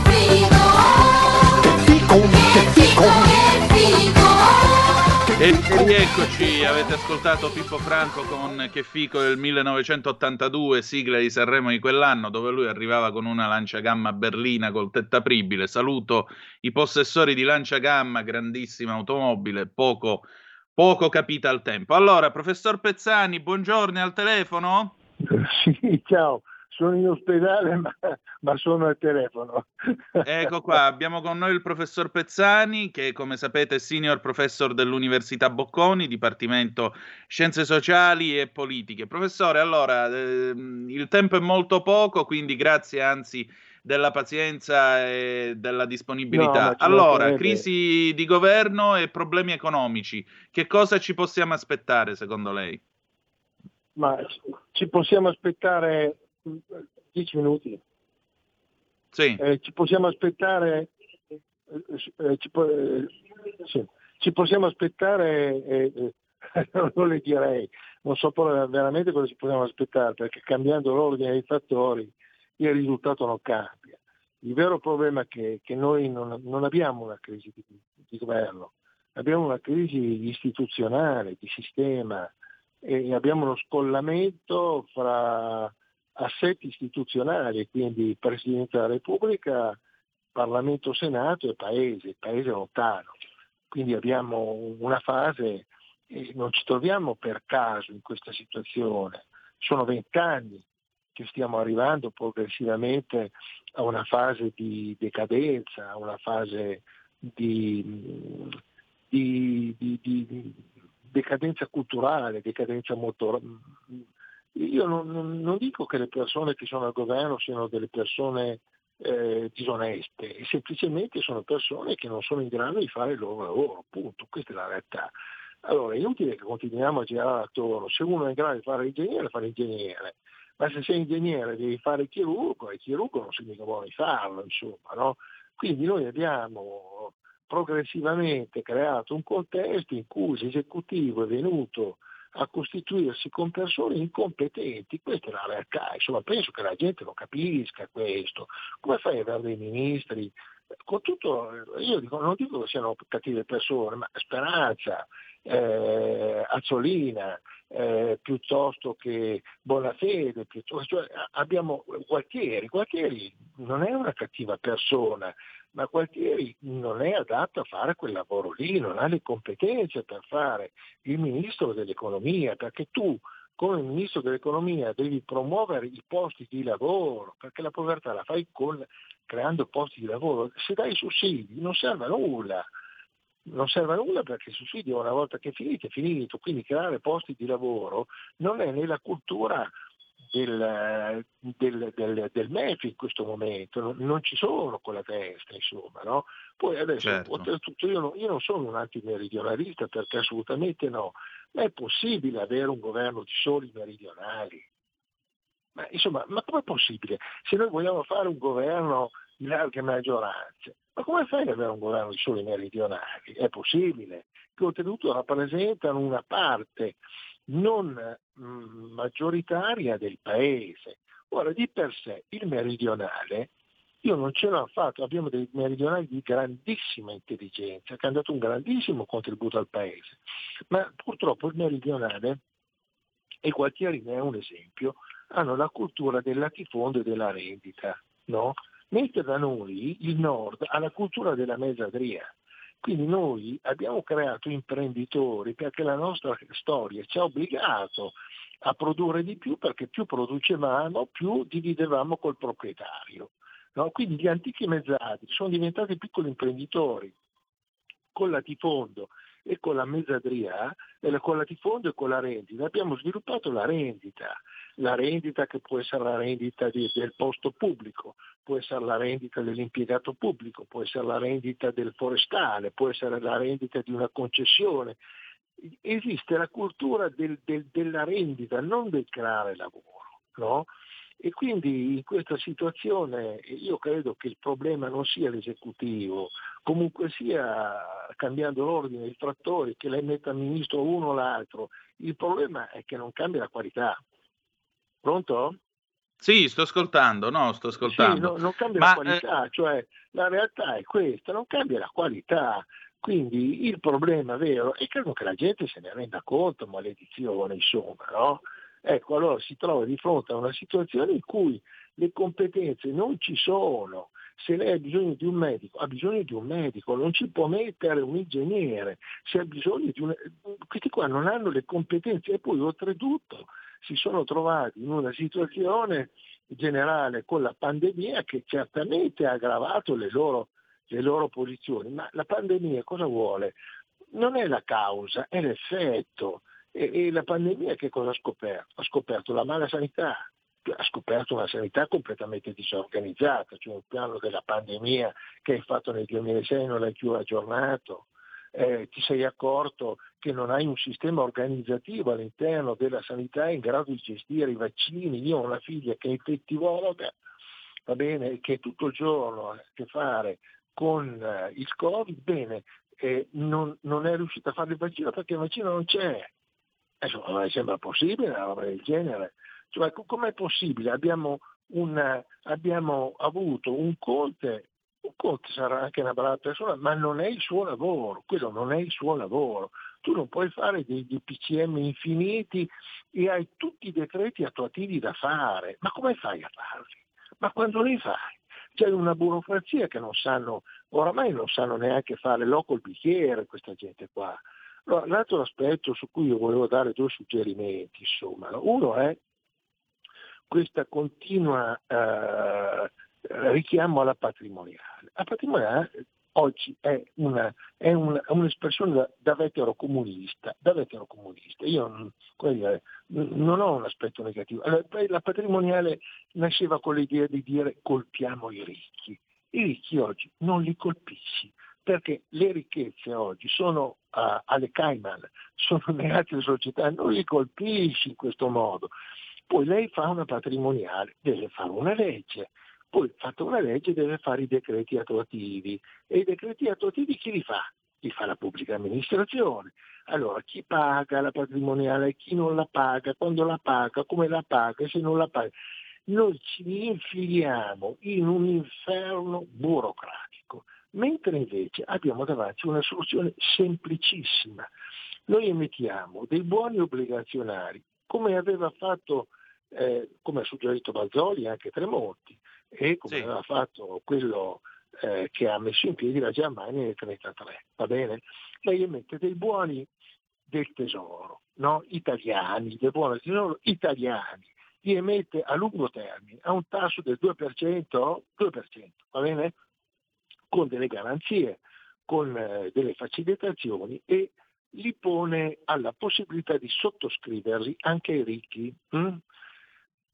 che fico, che fico, che fico. E rieccoci, avete ascoltato Pippo Franco con Che fico del millenovecentottantadue, sigla di Sanremo di quell'anno, dove lui arrivava con una lanciagamma berlina col tetto apribile. Saluto i possessori di lanciagamma, grandissima automobile, poco, poco capita al tempo. Allora, professor Pezzani, buongiorno, al telefono? Sì, ciao. Sono in ospedale, ma, ma sono al telefono. Ecco qua, abbiamo con noi il professor Pezzani, che come sapete è senior professor dell'Università Bocconi, Dipartimento Scienze Sociali e Politiche. Professore, allora, ehm, il tempo è molto poco, quindi grazie anzi della pazienza e della disponibilità. No, allora, crisi di governo e problemi economici, che cosa ci possiamo aspettare secondo lei? Ma ci possiamo aspettare dieci minuti. Sì. Eh, ci possiamo aspettare eh, ci, po- eh, sì. ci possiamo aspettare eh, eh, non le direi, non so veramente cosa ci possiamo aspettare, perché cambiando l'ordine dei fattori il risultato non cambia. Il vero problema è che, che noi non, non abbiamo una crisi di, di governo, abbiamo una crisi istituzionale, di sistema, e abbiamo uno scollamento fra assetti istituzionali, quindi Presidente della Repubblica, Parlamento, Senato e Paese, il Paese lontano. Quindi abbiamo una fase, e non ci troviamo per caso in questa situazione, sono vent'anni che stiamo arrivando progressivamente a una fase di decadenza, a una fase di, di, di, di decadenza culturale, decadenza molto... Io non, non, non dico che le persone che sono al governo siano delle persone eh, disoneste, semplicemente sono persone che non sono in grado di fare il loro lavoro, punto, questa è la realtà. Allora è inutile che continuiamo a girare attorno, se uno è in grado di fare l'ingegnere, fa l'ingegnere, ma se sei ingegnere devi fare il chirurgo, e il chirurgo non si mica vuole farlo, insomma, no? Quindi noi abbiamo progressivamente creato un contesto in cui l'esecutivo è venuto a costituirsi con persone incompetenti, questa è la realtà, insomma penso che la gente lo capisca questo. Come fai ad avere dei ministri, con tutto, io dico, non dico che siano cattive persone, ma Speranza, eh, Azzolina, eh, piuttosto che Bonafede, piuttosto, cioè, abbiamo Gualtieri, Gualtieri non è una cattiva persona, ma Gualtieri non è adatto a fare quel lavoro lì, non ha le competenze per fare il ministro dell'economia, perché tu come ministro dell'economia devi promuovere i posti di lavoro, perché la povertà la fai con, creando posti di lavoro. Se dai i sussidi non serve a nulla, non serve a nulla perché il sussidio una volta che è finito è finito, quindi creare posti di lavoro non è nella cultura del, del, del, del M E F in questo momento, non, non ci sono con la testa, insomma, no? Poi adesso, Certo. oltretutto, io, non- io non sono un antimeridionalista, perché assolutamente no, ma è possibile avere un governo di soli meridionali? Ma insomma, ma com'è possibile? Se noi vogliamo fare un governo di larghe maggioranze, ma come fai ad avere un governo di soli meridionali? È possibile, che oltretutto rappresentano una parte non mh, maggioritaria del paese. Ora, di per sé, il meridionale, io non ce l'ho affatto, abbiamo dei meridionali di grandissima intelligenza, che hanno dato un grandissimo contributo al paese, ma purtroppo il meridionale, e Gualtieri ne è un esempio, hanno la cultura del latifondo e della rendita, no? Mentre da noi il nord ha la cultura della mezzadria. Quindi noi abbiamo creato imprenditori perché la nostra storia ci ha obbligato a produrre di più, perché più producevamo, più dividevamo col proprietario, no? Quindi gli antichi mezzadri sono diventati piccoli imprenditori con latifondo e con la mezzadria, eh, con latifondo e con la rendita. Abbiamo sviluppato la rendita, la rendita che può essere la rendita di- del posto pubblico, può essere la rendita dell'impiegato pubblico, può essere la rendita del forestale, può essere la rendita di una concessione. Esiste la cultura del- del- della rendita, non del creare lavoro, no? E quindi in questa situazione io credo che il problema non sia l'esecutivo, comunque sia cambiando l'ordine dei trattori, che lei metta ministro uno o l'altro, il problema è che non cambia la qualità. Pronto? Sì, sto ascoltando, no, sto Sì, ascoltando. no- non cambia Ma la qualità, cioè la realtà è questa, non cambia la qualità. Quindi il problema vero, e credo che la gente se ne renda conto, maledizione, insomma, no? Ecco, allora si trova di fronte a una situazione in cui le competenze non ci sono. Se lei ha bisogno di un medico, ha bisogno di un medico, non ci può mettere un ingegnere. Se ha bisogno di un... Questi qua non hanno le competenze, e poi oltretutto si sono trovati in una situazione generale con la pandemia che certamente ha aggravato le loro, le loro posizioni, ma la pandemia cosa vuole? Non è la causa, è l'effetto. E, e la pandemia che cosa ha scoperto? Ha scoperto la mala sanità, ha scoperto una sanità completamente disorganizzata, cioè un piano della pandemia che hai fatto nel duemilasei non l'hai più aggiornato. Eh, ti sei accorto che non hai un sistema organizzativo all'interno della sanità in grado di gestire i vaccini. Io ho una figlia che è infettivologa, va bene, che tutto il giorno ha a che fare con eh, il Covid, bene, eh, non, non è riuscita a fare il vaccino perché il vaccino non c'è. Adesso non mi sembra possibile una roba del genere. Cioè, co- com'è possibile? Abbiamo, un, abbiamo avuto un Conte, un Conte sarà anche una brava persona, ma non è il suo lavoro, quello non è il suo lavoro. Tu non puoi fare dei, dei P C M infiniti e hai tutti i decreti attuativi da fare. Ma come fai a farli? Ma quando li fai? C'è una burocrazia che non sanno, oramai non sanno neanche fare l'occo il bicchiere questa gente qua. Allora, l'altro aspetto su cui io volevo dare due suggerimenti, insomma, no? Uno è questa continua eh, richiamo alla patrimoniale. La patrimoniale oggi è, una, è una, un'espressione da, da vetero comunista, da vetero comunista. Io come dire, non ho un aspetto negativo. La patrimoniale nasceva con l'idea di dire colpiamo i ricchi. I ricchi oggi non li colpisci, perché le ricchezze oggi sono uh, alle Cayman, sono nelle altre società, non li colpisci in questo modo. Poi lei fa una patrimoniale, deve fare una legge, poi fatta una legge deve fare i decreti attuativi, e i decreti attuativi chi li fa? Li fa la pubblica amministrazione. Allora chi paga la patrimoniale, chi non la paga, quando la paga, come la paga, se non la paga. Noi ci infiliamo in un inferno burocratico, mentre invece abbiamo davanti una soluzione semplicissima. Noi emettiamo dei buoni obbligazionari, come aveva fatto, eh, come ha suggerito Balzoli e anche Tremonti, e come Sì. aveva fatto quello eh, che ha messo in piedi la Germania nel trentatré, va bene? Lei emette dei buoni del tesoro, no? Italiani, dei buoni del tesoro italiani, li emette a lungo termine, a un tasso del due per cento, due per cento, va bene? Con delle garanzie, con eh, delle facilitazioni, e li pone alla possibilità di sottoscriverli anche ai ricchi. Hm?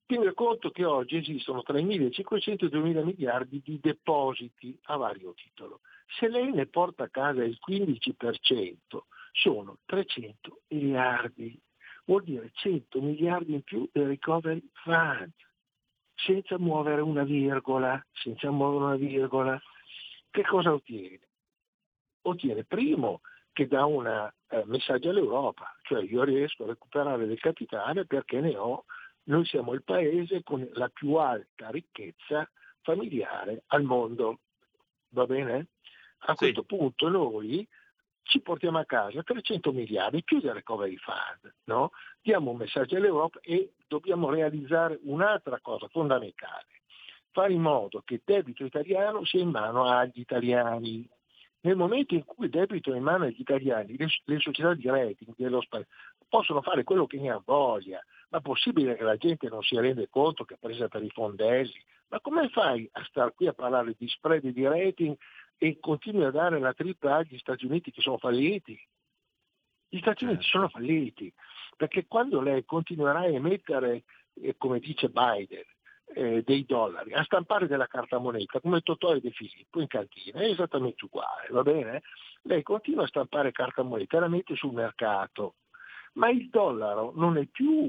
Tenga conto che oggi esistono tra i millecinquecento e i duemila miliardi di depositi a vario titolo. Se lei ne porta a casa il quindici per cento, sono trecento miliardi, vuol dire cento miliardi in più del recovery fund, senza muovere una virgola, senza muovere una virgola. Che cosa ottiene? Ottiene primo che dà un eh, messaggio all'Europa, cioè io riesco a recuperare del capitale perché ne ho, noi siamo il paese con la più alta ricchezza familiare al mondo, va bene? A sì. questo punto noi ci portiamo a casa trecento miliardi più del recovery fund, no? Diamo un messaggio all'Europa e dobbiamo realizzare un'altra cosa fondamentale, fare in modo che il debito italiano sia in mano agli italiani. Nel momento in cui il debito è in mano agli italiani, le, le società di rating dello Stato possono fare quello che ne ha voglia, ma è possibile che la gente non si rende conto che è presa per i fondelli? Ma come fai a star qui a parlare di spread e di rating e continui a dare la tripla agli Stati Uniti che sono falliti? Gli Stati Uniti sono falliti, perché quando lei continuerà a emettere, eh, come dice Biden, Eh, dei dollari, a stampare della carta moneta come Totò e De Filippo in cantina, è esattamente uguale, va bene? Lei continua a stampare carta moneta e la mette sul mercato, ma il dollaro non è più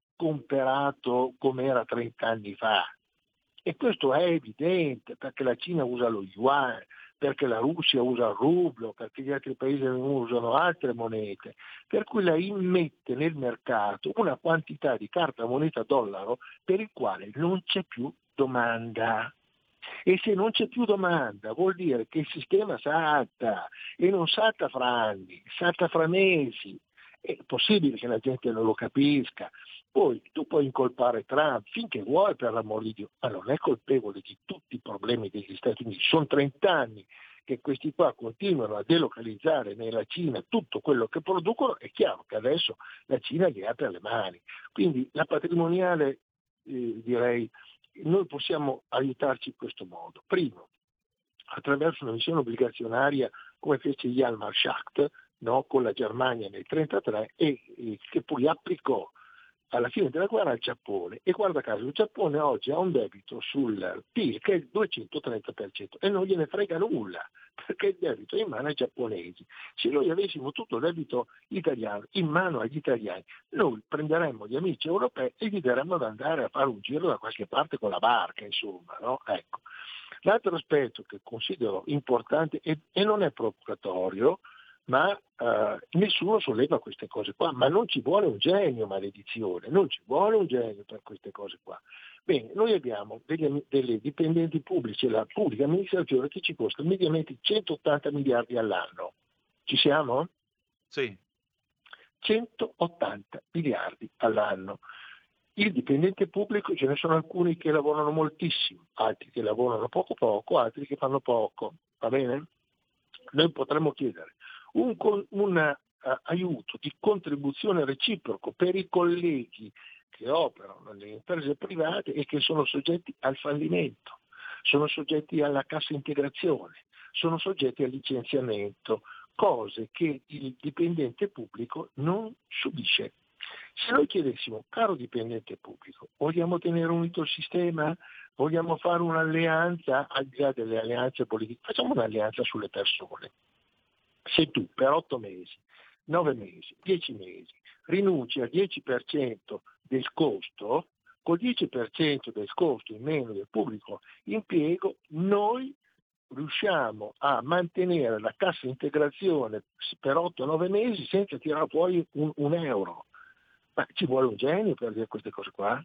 comperato come era trenta anni fa, e questo è evidente perché la Cina usa lo yuan, perché la Russia usa il rublo, perché gli altri paesi usano altre monete, per cui lei immette nel mercato una quantità di carta moneta dollaro per il quale non c'è più domanda. E se non c'è più domanda vuol dire che il sistema salta, e non salta fra anni, salta fra mesi. È possibile che la gente non lo capisca. Poi tu puoi incolpare Trump finché vuoi, per l'amor di Dio, ma non è colpevole di tutti i problemi degli Stati Uniti. Sono trent'anni che questi qua continuano a delocalizzare nella Cina tutto quello che producono. È chiaro che adesso la Cina gli apre le mani. Quindi la patrimoniale, eh, direi, noi possiamo aiutarci in questo modo. Primo, attraverso un'emissione obbligazionaria come fece Hjalmar Schacht, no, con la Germania nel trentatré, e eh, che poi applicò alla fine della guerra al Giappone, e guarda caso il Giappone oggi ha un debito sul P I L che è il duecentotrenta per cento e non gliene frega nulla, perché il debito è in mano ai giapponesi. Se noi avessimo tutto il debito italiano in mano agli italiani, noi prenderemmo gli amici europei e gli daremmo ad andare a fare un giro da qualche parte con la barca, insomma, no? Ecco. L'altro aspetto che considero importante, e, e non è provocatorio, ma uh, nessuno solleva queste cose qua, ma non ci vuole un genio, maledizione, non ci vuole un genio per queste cose qua. Bene, noi abbiamo degli, delle dipendenti pubblici e la pubblica amministrazione che ci costa mediamente centottanta miliardi all'anno. Ci siamo? Sì. centottanta miliardi all'anno. Il dipendente pubblico, ce ne sono alcuni che lavorano moltissimo, altri che lavorano poco poco, altri che fanno poco, va bene? Noi potremmo chiedere un, un uh, aiuto di contribuzione reciproco per i colleghi che operano nelle imprese private e che sono soggetti al fallimento, sono soggetti alla cassa integrazione, sono soggetti al licenziamento, cose che il dipendente pubblico non subisce. Se noi chiedessimo, caro dipendente pubblico, vogliamo tenere unito il sistema? Vogliamo fare un'alleanza, al di là delle alleanze politiche, facciamo un'alleanza sulle persone. Se tu per otto mesi, nove mesi, dieci mesi rinunci al dieci per cento del costo, col dieci per cento del costo in meno del pubblico impiego, noi riusciamo a mantenere la cassa integrazione per otto nove mesi senza tirare fuori un, un euro. Ma ci vuole un genio per dire queste cose qua?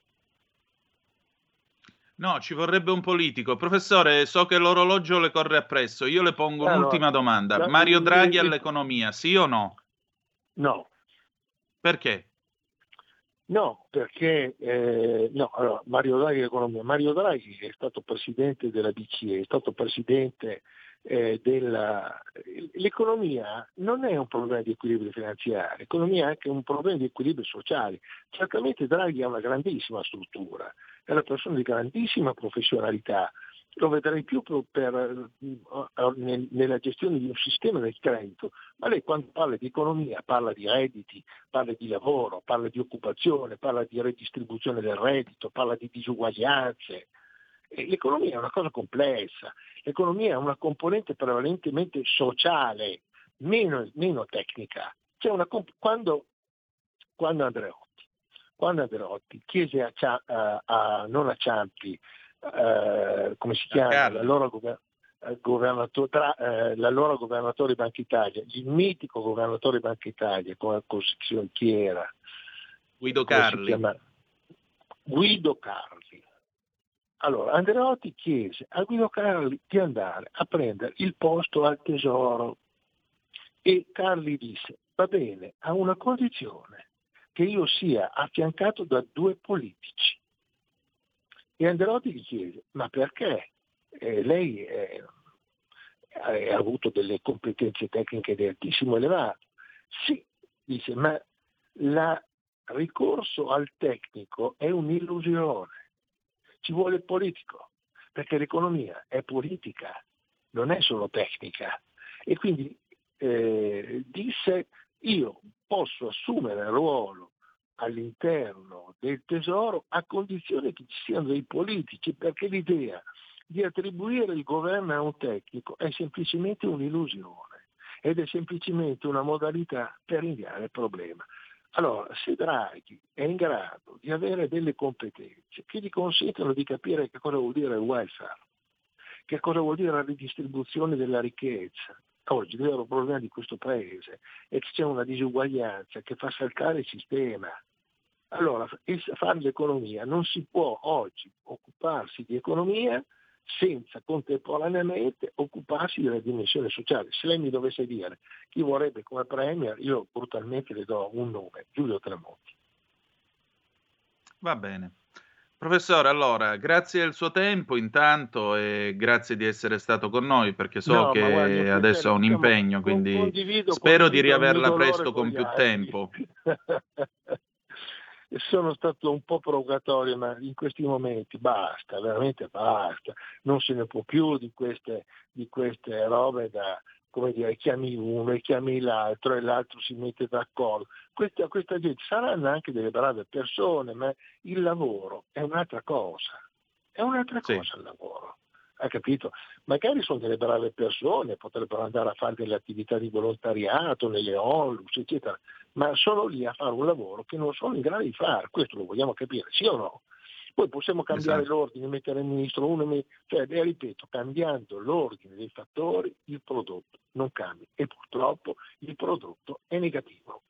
No, ci vorrebbe un politico. Professore, so che l'orologio le corre appresso. Io le pongo Allora, un'ultima domanda. la- Mario Draghi il- all'economia, sì o no? No. Perché? No, perché eh, no, allora, Mario Draghi economia. Mario Draghi è stato presidente della B C E, è stato presidente eh, della... L'economia non è un problema di equilibrio finanziario, l'economia è anche un problema di equilibrio sociale. Certamente Draghi ha una grandissima struttura, è una persona di grandissima professionalità, lo vedrei più per, per, nel, nella gestione di un sistema del credito, ma lei quando parla di economia parla di redditi, parla di lavoro, parla di occupazione, parla di redistribuzione del reddito, parla di disuguaglianze. E l'economia è una cosa complessa, l'economia è una componente prevalentemente sociale, meno, meno tecnica. C'è una comp- quando, quando Andreotti, quando Andreotti chiese a, Cia- a, a non a Ciampi, Uh, come si chiama l'allora gover- governatore, tra, uh, l'allora governatore di Banca Italia, il mitico governatore di Banca Italia, come chi era? Guido Carli. Guido Carli. Allora Andreotti chiese a Guido Carli di andare a prendere il posto al Tesoro e Carli disse: va bene, a una condizione, che io sia affiancato da due politici. E Andreotti gli chiese: ma perché? Eh, lei eh, ha avuto delle competenze tecniche di altissimo elevato. Sì, dice, ma il ricorso al tecnico è un'illusione. Ci vuole il politico, perché l'economia è politica, non è solo tecnica. E quindi eh, disse: io posso assumere il ruolo all'interno del Tesoro a condizione che ci siano dei politici, perché l'idea di attribuire il governo a un tecnico è semplicemente un'illusione ed è semplicemente una modalità per rinviare il problema. Allora, se Draghi è in grado di avere delle competenze che gli consentono di capire che cosa vuol dire il welfare, che cosa vuol dire la ridistribuzione della ricchezza. Oggi il vero problema di questo paese è che c'è una disuguaglianza che fa saltare il sistema. Allora, fare l'economia non si può oggi occuparsi di economia senza contemporaneamente occuparsi della dimensione sociale. Se lei mi dovesse dire chi vorrebbe come premier, io brutalmente le do un nome: Giulio Tremonti. Va bene. Professore, allora, grazie del suo tempo intanto e grazie di essere stato con noi, perché so no, che guardi, adesso ha un impegno, quindi condivido, spero condivido di riaverla presto con, con più tempo. Sono stato un po' provocatorio, ma in questi momenti basta, veramente basta, non se ne può più di queste, di queste robe da, come dire, chiami uno e chiami l'altro e l'altro si mette d'accordo. Questa, questa gente saranno anche delle brave persone, ma il lavoro è un'altra cosa, è un'altra sì. cosa il lavoro, hai capito? Magari sono delle brave persone, potrebbero andare a fare delle attività di volontariato nelle onlus, eccetera, ma sono lì a fare un lavoro che non sono in grado di fare, questo lo vogliamo capire, sì o no? Poi possiamo cambiare esatto. l'ordine, mettere il ministro uno, cioè, e ripeto, cambiando l'ordine dei fattori il prodotto non cambia e purtroppo il prodotto è negativo.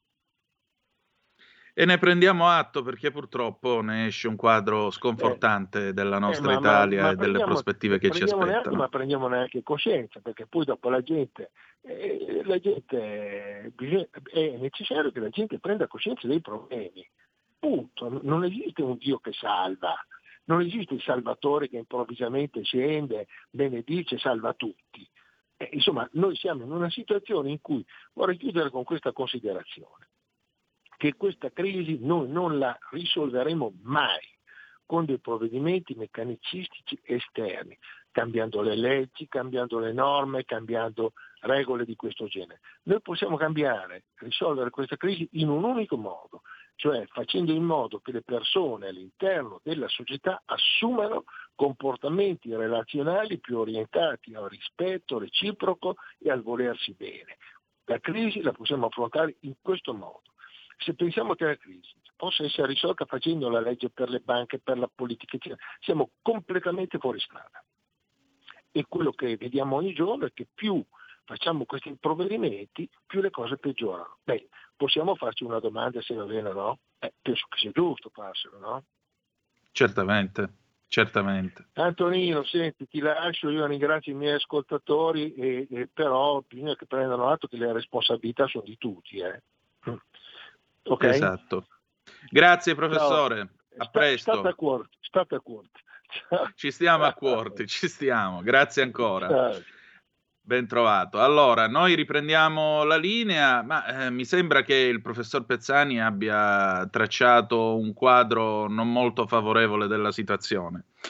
E ne prendiamo atto, perché purtroppo ne esce un quadro sconfortante eh, della nostra eh, ma, Italia ma, ma e delle prospettive che ci aspettano. Neanche, ma prendiamo neanche coscienza, perché poi dopo la gente, eh, la gente bisogna, è necessario che la gente prenda coscienza dei problemi. Punto. Non esiste un Dio che salva, non esiste il Salvatore che improvvisamente scende, benedice, salva tutti. Eh, insomma, noi siamo in una situazione in cui, vorrei chiudere con questa considerazione, che questa crisi noi non la risolveremo mai con dei provvedimenti meccanicistici esterni, cambiando le leggi, cambiando le norme, cambiando regole di questo genere. Noi possiamo cambiare, risolvere questa crisi in un unico modo, cioè facendo in modo che le persone all'interno della società assumano comportamenti relazionali più orientati al rispetto reciproco e al volersi bene. La crisi la possiamo affrontare in questo modo. Se pensiamo che la crisi possa essere risolta facendo la legge per le banche, per la politica, siamo completamente fuori strada. E quello che vediamo ogni giorno è che più facciamo questi provvedimenti, più le cose peggiorano. Beh, possiamo farci una domanda se va bene o no? Eh, penso che sia giusto farselo, no? Certamente, certamente. Antonino, senti, ti lascio, io ringrazio i miei ascoltatori, e, e però bisogna che prendano atto che le responsabilità sono di tutti. Eh. Okay? Esatto. Grazie professore, Ciao. A presto. State a cuore, state a cuore. Ci stiamo a cuore, ci stiamo. Grazie ancora. Ciao. Ben trovato. Allora, noi riprendiamo la linea, ma eh, mi sembra che il professor Pezzani abbia tracciato un quadro non molto favorevole della situazione.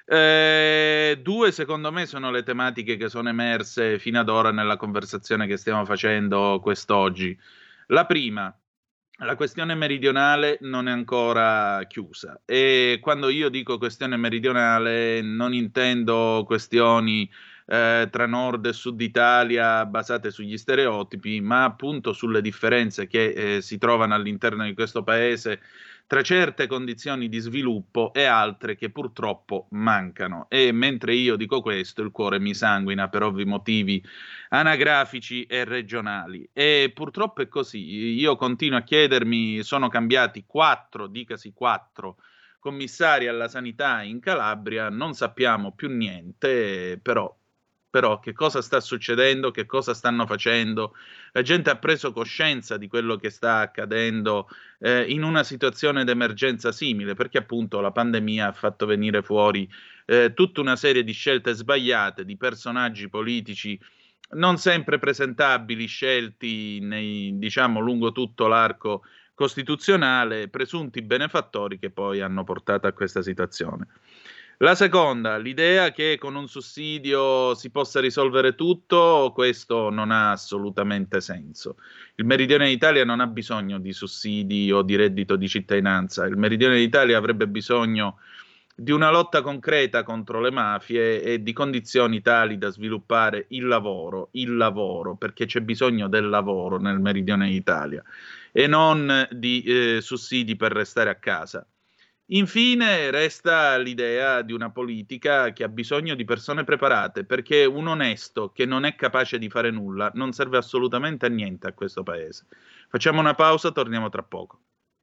Eh, due, secondo me, sono le tematiche che sono emerse fino ad ora nella conversazione che stiamo facendo quest'oggi. La prima, la questione meridionale non è ancora chiusa, e quando io dico questione meridionale non intendo questioni eh, tra nord e sud Italia basate sugli stereotipi, ma appunto sulle differenze che eh, si trovano all'interno di questo paese tra certe condizioni di sviluppo e altre che purtroppo mancano. E mentre io dico questo, il cuore mi sanguina per ovvi motivi anagrafici e regionali. E purtroppo è così. Io continuo a chiedermi, sono cambiati quattro, dicasi quattro, commissari alla sanità in Calabria, non sappiamo più niente, però... Però che cosa sta succedendo, che cosa stanno facendo? La gente ha preso coscienza di quello che sta accadendo eh, in una situazione d'emergenza simile, perché appunto la pandemia ha fatto venire fuori eh, tutta una serie di scelte sbagliate, di personaggi politici non sempre presentabili, scelti nei, diciamo, lungo tutto l'arco costituzionale, presunti benefattori che poi hanno portato a questa situazione. La seconda, l'idea che con un sussidio si possa risolvere tutto, questo non ha assolutamente senso. Il Meridione d'Italia non ha bisogno di sussidi o di reddito di cittadinanza. Il Meridione d'Italia avrebbe bisogno di una lotta concreta contro le mafie e di condizioni tali da sviluppare il lavoro, il lavoro, perché c'è bisogno del lavoro nel Meridione d'Italia e non di eh, sussidi per restare a casa. Infine resta l'idea di una politica che ha bisogno di persone preparate, perché un onesto che non è capace di fare nulla non serve assolutamente a niente a questo paese. Facciamo una pausa, torniamo tra poco.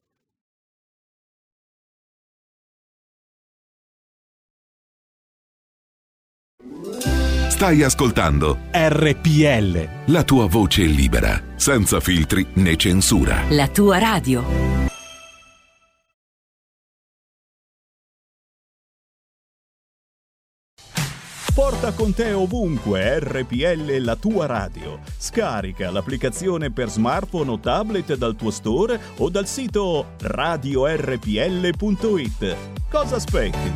Stai ascoltando R P L, la tua voce libera, senza filtri né censura. La tua radio. Porta con te ovunque R P L, la tua radio. Scarica l'applicazione per smartphone o tablet dal tuo store o dal sito radio r p l punto i t. Cosa aspetti?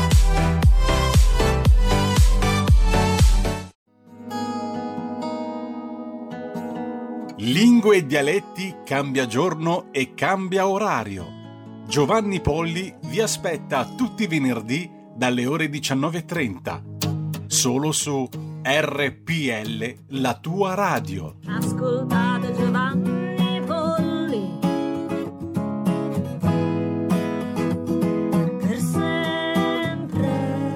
Lingue e dialetti cambia giorno e cambia orario. Giovanni Polli vi aspetta tutti i venerdì dalle ore diciannove e trenta. Solo su R P L, la tua radio. Ascoltate Giovanni Polli per sempre.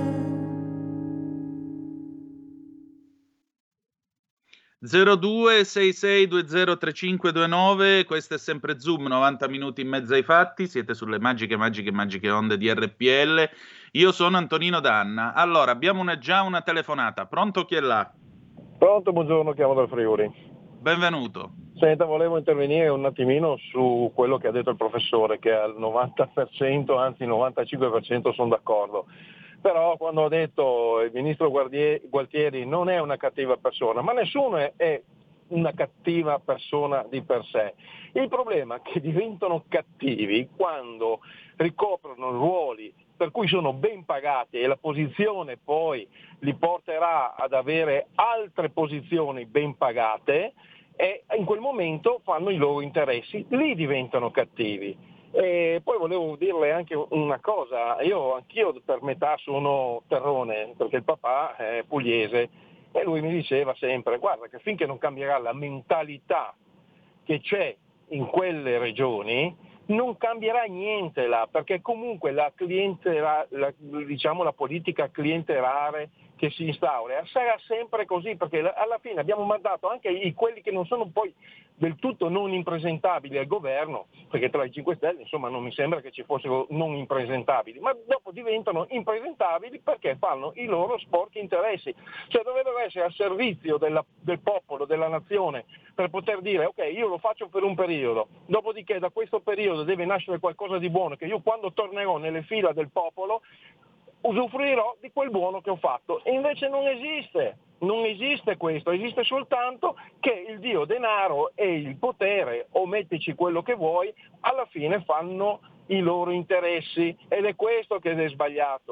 zero due sei sei due zero tre cinque due nove, questo è sempre Zoom, novanta minuti in mezzo ai fatti, siete sulle magiche, magiche, magiche onde di R P L. Io sono Antonino Danna. Allora, abbiamo una, già una telefonata. Pronto, chi è là? Pronto, buongiorno, chiamo dal Friuli. Benvenuto. Senta, volevo intervenire un attimino su quello che ha detto il professore, che al novanta per cento, anzi novantacinque per cento sono d'accordo. Però quando ho detto il ministro Gualtieri non è una cattiva persona, ma nessuno è, è una cattiva persona di per sé. Il problema è che diventano cattivi quando ricoprono ruoli per cui sono ben pagati e la posizione poi li porterà ad avere altre posizioni ben pagate, e in quel momento fanno i loro interessi, lì diventano cattivi. E poi volevo dirle anche una cosa, io anch'io per metà sono terrone, perché il papà è pugliese, e lui mi diceva sempre: guarda che finché non cambierà la mentalità che c'è in quelle regioni non cambierà niente là, perché comunque la clientela, la, diciamo la politica clientelare che si instaura sarà sempre così, perché alla fine abbiamo mandato anche i, quelli che non sono poi del tutto non impresentabili al governo, perché tra i cinque Stelle insomma non mi sembra che ci fossero non impresentabili, ma dopo diventano impresentabili perché fanno i loro sporchi interessi, cioè dovrebbero essere al servizio della, del popolo, della nazione, per poter dire ok, io lo faccio per un periodo, dopodiché da questo periodo deve nascere qualcosa di buono, che io quando tornerò nelle fila del popolo usufruirò di quel buono che ho fatto. E invece non esiste, non esiste questo, esiste soltanto che il dio denaro e il potere, o mettici quello che vuoi, alla fine fanno i loro interessi, ed è questo che è sbagliato.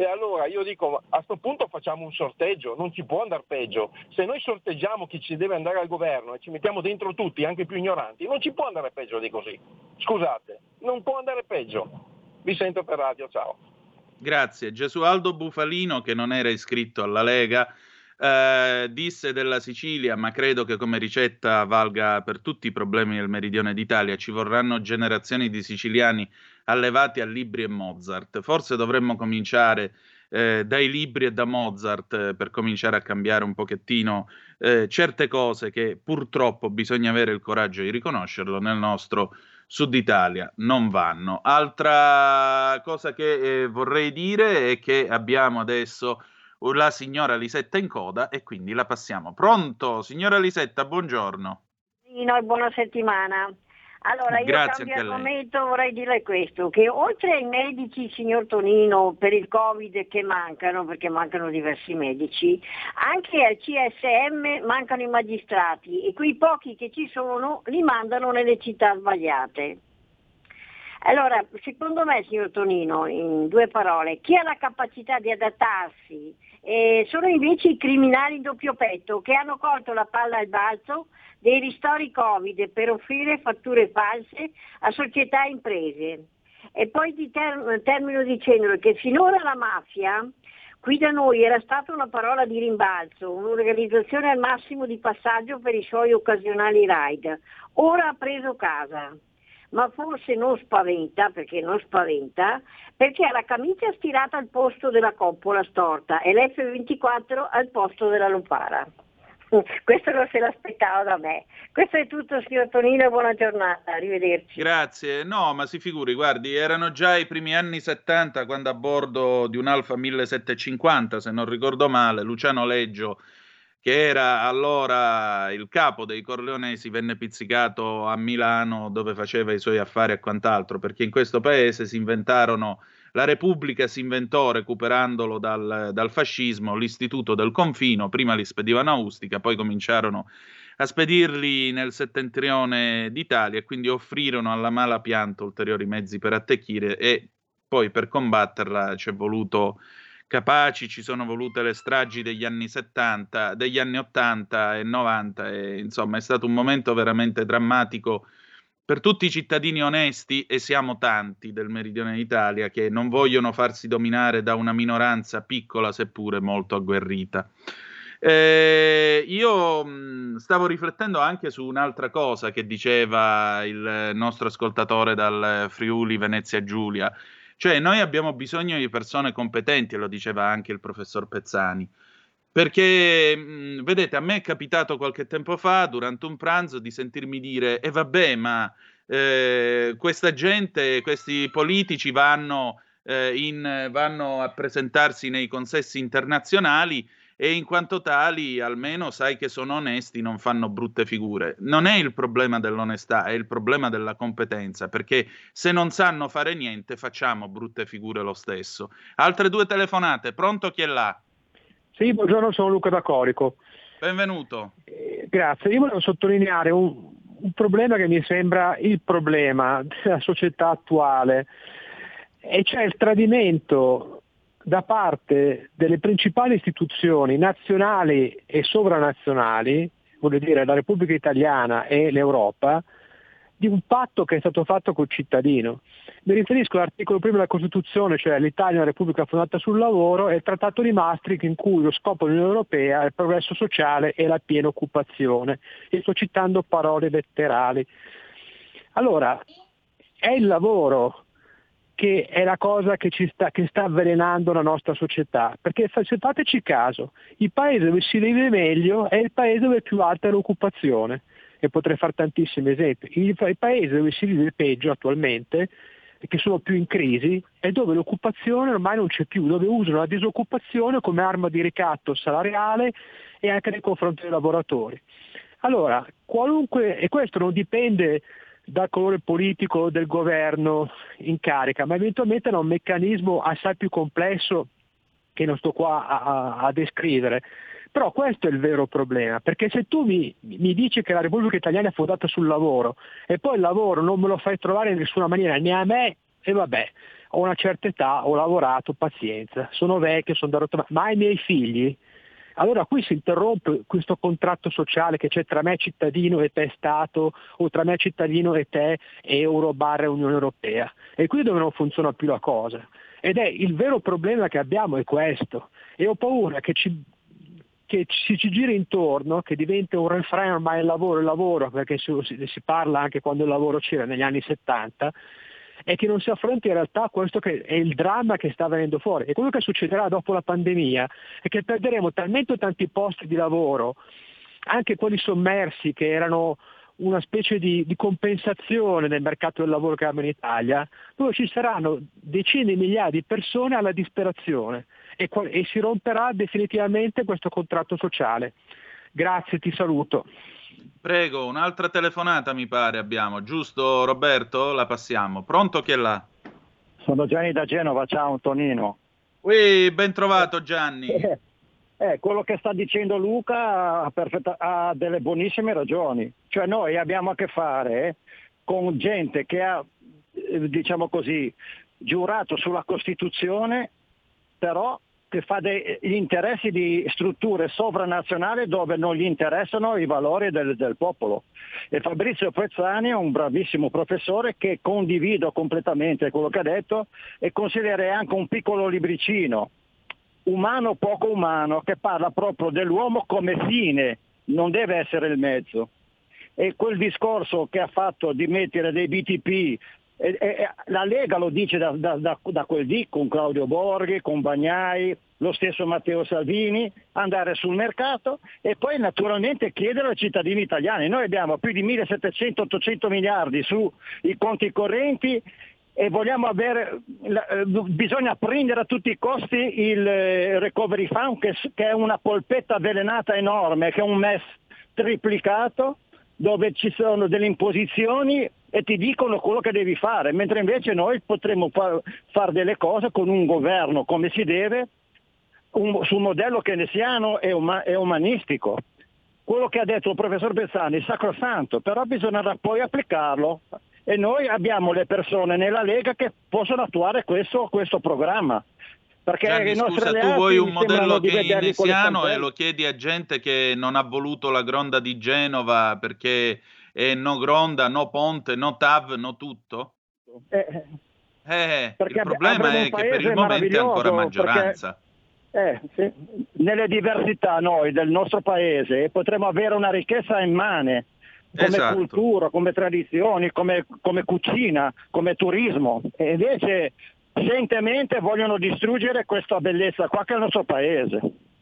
E allora io dico, a sto punto facciamo un sorteggio, non ci può andare peggio. Se noi sorteggiamo chi ci deve andare al governo e ci mettiamo dentro tutti, anche più ignoranti, non ci può andare peggio di così. Scusate, non può andare peggio. Vi sento per radio, ciao. Grazie. Gesualdo Bufalino, che non era iscritto alla Lega, eh, disse della Sicilia, ma credo che come ricetta valga per tutti i problemi del meridione d'Italia, ci vorranno generazioni di siciliani allevati a libri e Mozart. Forse dovremmo cominciare eh, dai libri e da Mozart eh, per cominciare a cambiare un pochettino eh, certe cose che purtroppo bisogna avere il coraggio di riconoscerlo nel nostro Sud Italia non vanno. Altra cosa che eh, vorrei dire è che abbiamo adesso la signora Lisetta in coda e quindi la passiamo. Pronto, signora Lisetta, buongiorno. No, buona settimana. Allora, io Grazie cambio anche a lei. argomento, vorrei dire questo, che oltre ai medici, signor Tonino, per il Covid che mancano, perché mancano diversi medici, anche al C S M mancano i magistrati e quei pochi che ci sono li mandano nelle città sbagliate. Allora, secondo me, signor Tonino, in due parole, chi ha la capacità di adattarsi eh, sono invece i criminali in doppio petto che hanno colto la palla al balzo dei ristori Covid per offrire fatture false a società e imprese. E poi di ter- termino dicendo che finora la mafia qui da noi era stata una parola di rimbalzo, un'organizzazione al massimo di passaggio per i suoi occasionali raid. Ora ha preso casa. Ma forse non spaventa, perché non spaventa, perché ha la camicia stirata al posto della coppola storta e l'F ventiquattro al posto della lupara. Questo non se l'aspettava da me. Questo è tutto, signor Tonino, e buona giornata, arrivederci. Grazie. No, ma si figuri, guardi, erano già i primi anni settanta quando a bordo di un Alfa millesettecentocinquanta, se non ricordo male, Luciano Leggio, che era allora il capo dei Corleonesi, venne pizzicato a Milano dove faceva i suoi affari e quant'altro, perché in questo paese si inventarono, la Repubblica si inventò, recuperandolo dal, dal fascismo, l'istituto del confino. Prima li spedivano a Ustica, poi cominciarono a spedirli nel settentrione d'Italia e quindi offrirono alla mala pianta ulteriori mezzi per attecchire, e poi per combatterla ci è voluto Capaci, ci sono volute le stragi degli anni settanta, degli anni ottanta e novanta, e insomma è stato un momento veramente drammatico per tutti i cittadini onesti, e siamo tanti del meridione d'Italia che non vogliono farsi dominare da una minoranza piccola seppure molto agguerrita. Eh, io mh, stavo riflettendo anche su un'altra cosa che diceva il nostro ascoltatore dal Friuli Venezia Giulia. Cioè, noi abbiamo bisogno di persone competenti, e lo diceva anche il professor Pezzani, perché, mh, vedete, a me è capitato qualche tempo fa, durante un pranzo, di sentirmi dire, e eh, vabbè, ma eh, questa gente, questi politici vanno, eh, in, vanno a presentarsi nei consessi internazionali e in quanto tali almeno sai che sono onesti, non fanno brutte figure. Non è il problema dell'onestà, è il problema della competenza, perché se non sanno fare niente facciamo brutte figure lo stesso. Altre due telefonate, pronto, chi è là? Sì, buongiorno, sono Luca da Corico. Benvenuto. Eh, grazie, io volevo sottolineare un, un problema che mi sembra il problema della società attuale, e cioè il tradimento da parte delle principali istituzioni nazionali e sovranazionali, voglio dire la Repubblica Italiana e l'Europa, di un patto che è stato fatto col cittadino. Mi riferisco all'articolo primo della Costituzione, cioè l'Italia è una Repubblica fondata sul lavoro, e il Trattato di Maastricht, in cui lo scopo dell'Unione Europea è il progresso sociale e la piena occupazione. E sto citando parole letterali. Allora, è il lavoro che è la cosa che ci sta, che sta avvelenando la nostra società, perché se fateci caso, il paese dove si vive meglio è il paese dove è più alta è l'occupazione, e potrei fare tantissimi esempi. Il, il paese dove si vive peggio attualmente, che sono più in crisi, è dove l'occupazione ormai non c'è più, dove usano la disoccupazione come arma di ricatto salariale e anche nei confronti dei lavoratori. Allora, qualunque, e questo non dipende dal colore politico del governo in carica, ma eventualmente da un meccanismo assai più complesso che non sto qua a, a, a descrivere. Però questo è il vero problema, perché se tu mi, mi dici che la Repubblica Italiana è fondata sul lavoro e poi il lavoro non me lo fai trovare in nessuna maniera, né a me, e vabbè, ho una certa età, ho lavorato, pazienza, sono vecchio, sono da rotolare, ma ai miei figli? Allora qui si interrompe questo contratto sociale che c'è tra me cittadino e te Stato, o tra me cittadino e te Euro barra Unione Europea. E qui dove non funziona più la cosa. Ed è il vero problema che abbiamo è questo. E ho paura che ci, che ci, ci giri intorno, che diventi un refrain ormai il lavoro, il lavoro, perché si, si parla anche quando il lavoro c'era negli anni settanta, e che non si affronti in realtà questo che è il dramma che sta venendo fuori. E quello che succederà dopo la pandemia è che perderemo talmente tanti posti di lavoro, anche quelli sommersi che erano una specie di, di compensazione nel mercato del lavoro che abbiamo in Italia, dove ci saranno decine di migliaia di persone alla disperazione e, e si romperà definitivamente questo contratto sociale. Grazie, ti saluto. Prego, un'altra telefonata mi pare abbiamo, giusto Roberto? La passiamo. Pronto, chi è là? Sono Gianni da Genova, ciao Antonino. Ui, ben trovato Gianni. Eh, eh, quello che sta dicendo Luca ha, perfetta, ha delle buonissime ragioni. Cioè noi abbiamo a che fare eh, con gente che ha, eh, diciamo così, giurato sulla Costituzione, però che fa degli interessi di strutture sovranazionali dove non gli interessano i valori del, del popolo. E Fabrizio Prezzani è un bravissimo professore che condivido completamente quello che ha detto e consiglierei anche un piccolo libricino, Umano poco umano, che parla proprio dell'uomo come fine, non deve essere il mezzo. E quel discorso che ha fatto di mettere dei B T P, E, e, la Lega lo dice da, da, da, da quel dì con Claudio Borghi, con Bagnai, lo stesso Matteo Salvini, andare sul mercato e poi naturalmente chiedere ai cittadini italiani. Noi abbiamo più di millesettecento ottocento miliardi sui conti correnti e vogliamo avere, eh, bisogna prendere a tutti i costi il eh, Recovery Fund che, che è una polpetta avvelenata enorme, che è un M E S triplicato, dove ci sono delle imposizioni e ti dicono quello che devi fare, mentre invece noi potremmo fare far delle cose con un governo come si deve, un, sul modello keynesiano e, uma, e umanistico. Quello che ha detto il professor Bezzani è sacrosanto, però bisognerà poi applicarlo e noi abbiamo le persone nella Lega che possono attuare questo, questo programma. Perché Gianni, scusa, tu vuoi un modello keynesiano e lo chiedi a gente che non ha voluto la Gronda di Genova perché è no Gronda, no Ponte, no T A V, no tutto? Eh, eh, il problema è che per il momento è ancora maggioranza. Perché, eh, sì, nelle diversità noi del nostro paese potremmo avere una ricchezza immane, come esatto. cultura, come tradizioni, come, come cucina, come turismo. E invece scientemente vogliono distruggere questa bellezza qua che è il nostro paese.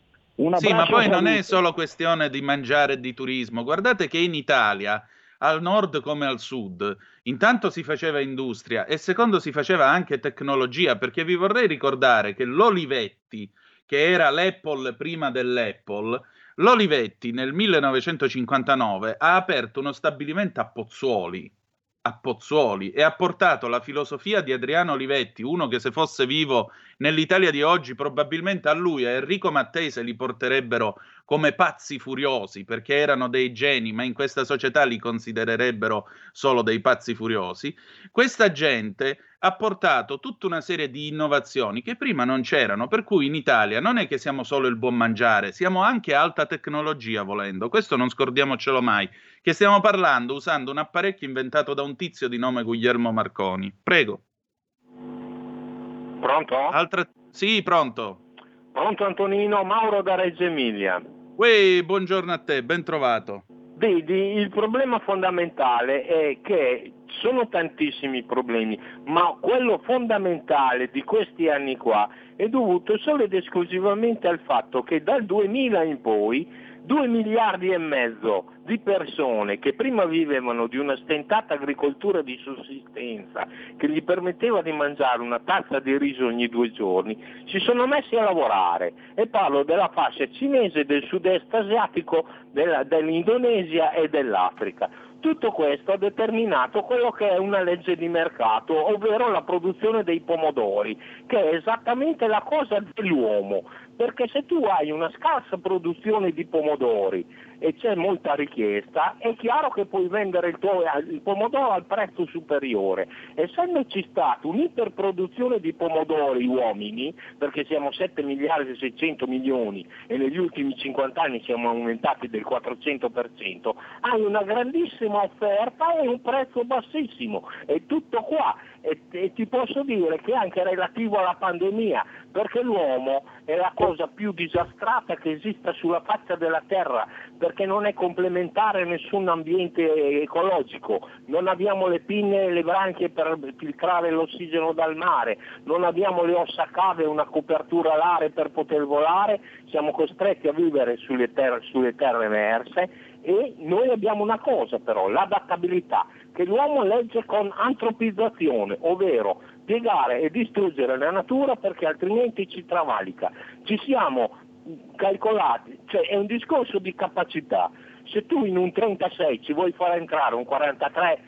Un sì, ma poi non salute. è solo questione di mangiare e di turismo. Guardate che in Italia, al nord come al sud, intanto si faceva industria e secondo si faceva anche tecnologia, perché vi vorrei ricordare che l'Olivetti, che era l'Apple prima dell'Apple, l'Olivetti nel millenovecentocinquantanove ha aperto uno stabilimento a Pozzuoli, a Pozzuoli e ha portato la filosofia di Adriano Olivetti, uno che se fosse vivo nell'Italia di oggi probabilmente a lui e a Enrico Mattei se li porterebbero come pazzi furiosi perché erano dei geni, ma in questa società li considererebbero solo dei pazzi furiosi. Questa gente ha portato tutta una serie di innovazioni che prima non c'erano, per cui in Italia non è che siamo solo il buon mangiare, siamo anche alta tecnologia volendo, questo non scordiamocelo mai, che stiamo parlando usando un apparecchio inventato da un tizio di nome Guglielmo Marconi. Prego. Pronto? Altra... Sì, pronto. Pronto Antonino, Mauro da Reggio Emilia. Uè, buongiorno a te, ben trovato. Vedi, il problema fondamentale è che sono tantissimi problemi, ma quello fondamentale di questi anni qua è dovuto solo ed esclusivamente al fatto che dal duemila in poi due miliardi e mezzo di persone che prima vivevano di una stentata agricoltura di sussistenza che gli permetteva di mangiare una tazza di riso ogni due giorni, si sono messi a lavorare, e parlo della fascia cinese, del sud-est asiatico, della, dell'Indonesia e dell'Africa. Tutto questo ha determinato quello che è una legge di mercato, ovvero la produzione dei pomodori, che è esattamente la cosa dell'uomo, perché se tu hai una scarsa produzione di pomodori e c'è molta richiesta, è chiaro che puoi vendere il, tuo, il pomodoro al prezzo superiore. Essendoci stata un'iperproduzione di pomodori uomini, perché siamo sette miliardi e seicento milioni e negli ultimi cinquanta anni siamo aumentati del quattrocento per cento, hai una grandissima offerta e un prezzo bassissimo, è tutto qua. E, e ti posso dire che anche relativo alla pandemia, perché l'uomo è la cosa più disastrata che esista sulla faccia della terra, perché non è complementare a nessun ambiente ecologico, non abbiamo le pinne e le branchie per filtrare l'ossigeno dal mare, non abbiamo le ossa cave e una copertura alare per poter volare, siamo costretti a vivere sulle terre, sulle terre emerse, e noi abbiamo una cosa però, l'adattabilità, che l'uomo legge con antropizzazione, ovvero piegare e distruggere la natura perché altrimenti ci travalica. Ci siamo calcolati, cioè è un discorso di capacità. Se tu in un trentasei ci vuoi far entrare un quarantatré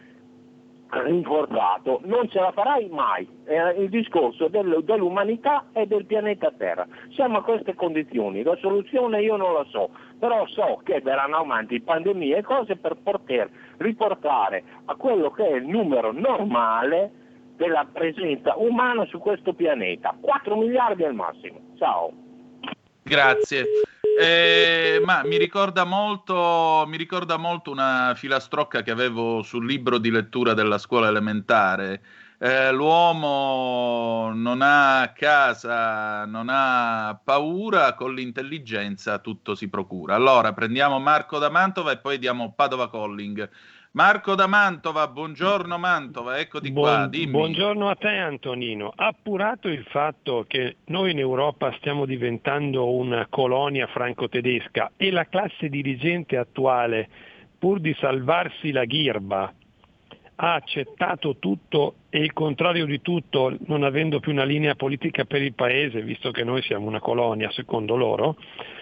rinforzato, non ce la farai mai. È il discorso del, dell'umanità e del pianeta Terra. Siamo a queste condizioni, la soluzione io non la so, però so che verranno avanti pandemie e cose per poter riportare a quello che è il numero normale della presenza umana su questo pianeta, quattro miliardi al massimo. Ciao. Grazie. Eh, ma mi ricorda molto, mi ricorda molto una filastrocca che avevo sul libro di lettura della scuola elementare. Eh, l'uomo non ha casa, non ha paura, con l'intelligenza tutto si procura. Allora prendiamo Marco da Mantova e poi diamo Padova Calling. Marco da Mantova, buongiorno Mantova, eccoti Buon, qua, dimmi. Buongiorno a te Antonino. Appurato il fatto che noi in Europa stiamo diventando una colonia franco-tedesca e la classe dirigente attuale, pur di salvarsi la ghirba, ha accettato tutto e il contrario di tutto, non avendo più una linea politica per il paese, visto che noi siamo una colonia secondo loro,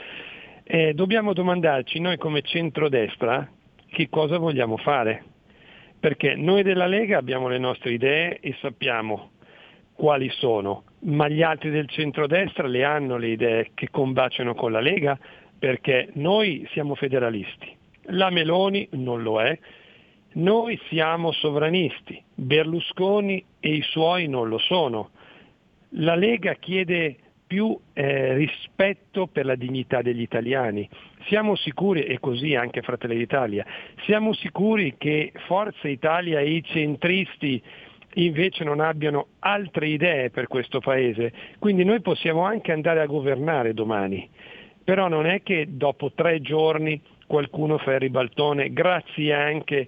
eh, dobbiamo domandarci noi come centrodestra che cosa vogliamo fare, perché noi della Lega abbiamo le nostre idee e sappiamo quali sono, ma gli altri del centrodestra le hanno le idee che combaciano con la Lega, perché noi siamo federalisti, la Meloni non lo è, noi siamo sovranisti, Berlusconi e i suoi non lo sono, la Lega chiede più eh, rispetto per la dignità degli italiani. Siamo sicuri, e così anche Fratelli d'Italia, siamo sicuri che Forza Italia e i centristi invece non abbiano altre idee per questo Paese, quindi noi possiamo anche andare a governare domani, però non è che dopo tre giorni qualcuno fa il ribaltone, grazie anche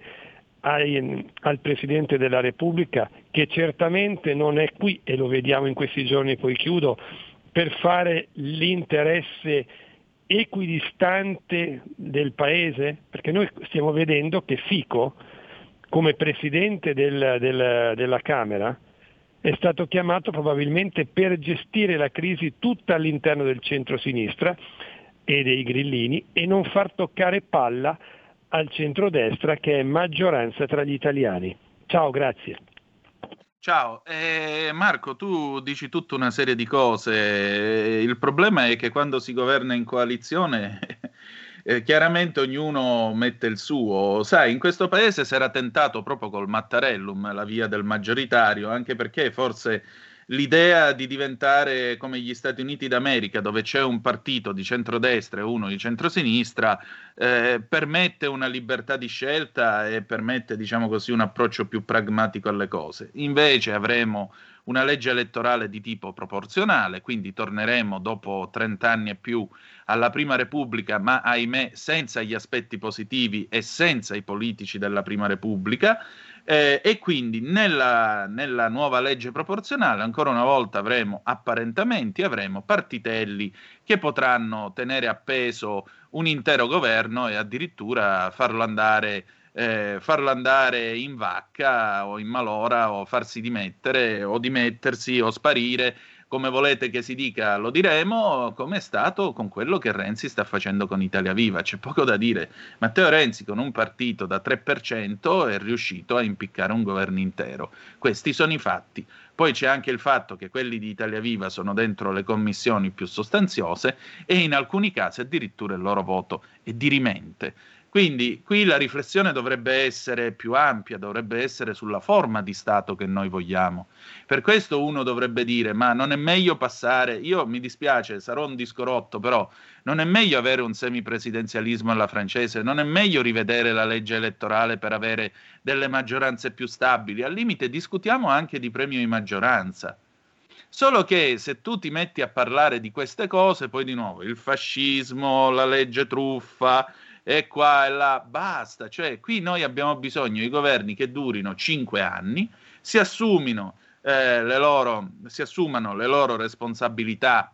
ai, al Presidente della Repubblica, che certamente non è qui, e lo vediamo in questi giorni, poi chiudo, per fare l'interesse equidistante del Paese, perché noi stiamo vedendo che Fico, come Presidente del, del, della Camera, è stato chiamato probabilmente per gestire la crisi tutta all'interno del centro-sinistra e dei grillini e non far toccare palla al centrodestra che è maggioranza tra gli italiani. Ciao, grazie. Ciao, eh, Marco, tu dici tutta una serie di cose, il problema è che quando si governa in coalizione eh, chiaramente ognuno mette il suo, sai, in questo paese si era tentato proprio col Mattarellum, la via del maggioritario, anche perché forse l'idea di diventare come gli Stati Uniti d'America, dove c'è un partito di centrodestra e uno di centrosinistra, eh, permette una libertà di scelta e permette, diciamo così, un approccio più pragmatico alle cose. Invece avremo una legge elettorale di tipo proporzionale, quindi torneremo dopo trent'anni e più alla Prima Repubblica, ma ahimè senza gli aspetti positivi e senza i politici della Prima Repubblica. Eh, e quindi nella, nella nuova legge proporzionale ancora una volta avremo apparentamenti, avremo partitelli che potranno tenere appeso un intero governo e addirittura farlo andare, eh, farlo andare in vacca o in malora o farsi dimettere o dimettersi o sparire come volete che si dica lo diremo, come è stato con quello che Renzi sta facendo con Italia Viva. C'è poco da dire. Matteo Renzi con un partito da tre per cento è riuscito a impiccare un governo intero. Questi sono i fatti. Poi c'è anche il fatto che quelli di Italia Viva sono dentro le commissioni più sostanziose e in alcuni casi addirittura il loro voto è dirimente. Quindi qui la riflessione dovrebbe essere più ampia, dovrebbe essere sulla forma di Stato che noi vogliamo. Per questo uno dovrebbe dire, ma non è meglio passare, io mi dispiace, sarò un disco rotto, però non è meglio avere un semipresidenzialismo alla francese, non è meglio rivedere la legge elettorale per avere delle maggioranze più stabili, al limite discutiamo anche di premio di maggioranza. Solo che se tu ti metti a parlare di queste cose, poi di nuovo il fascismo, la legge truffa, e qua e là, basta, cioè qui noi abbiamo bisogno di governi che durino cinque anni, si assumino eh, le loro, si assumano le loro responsabilità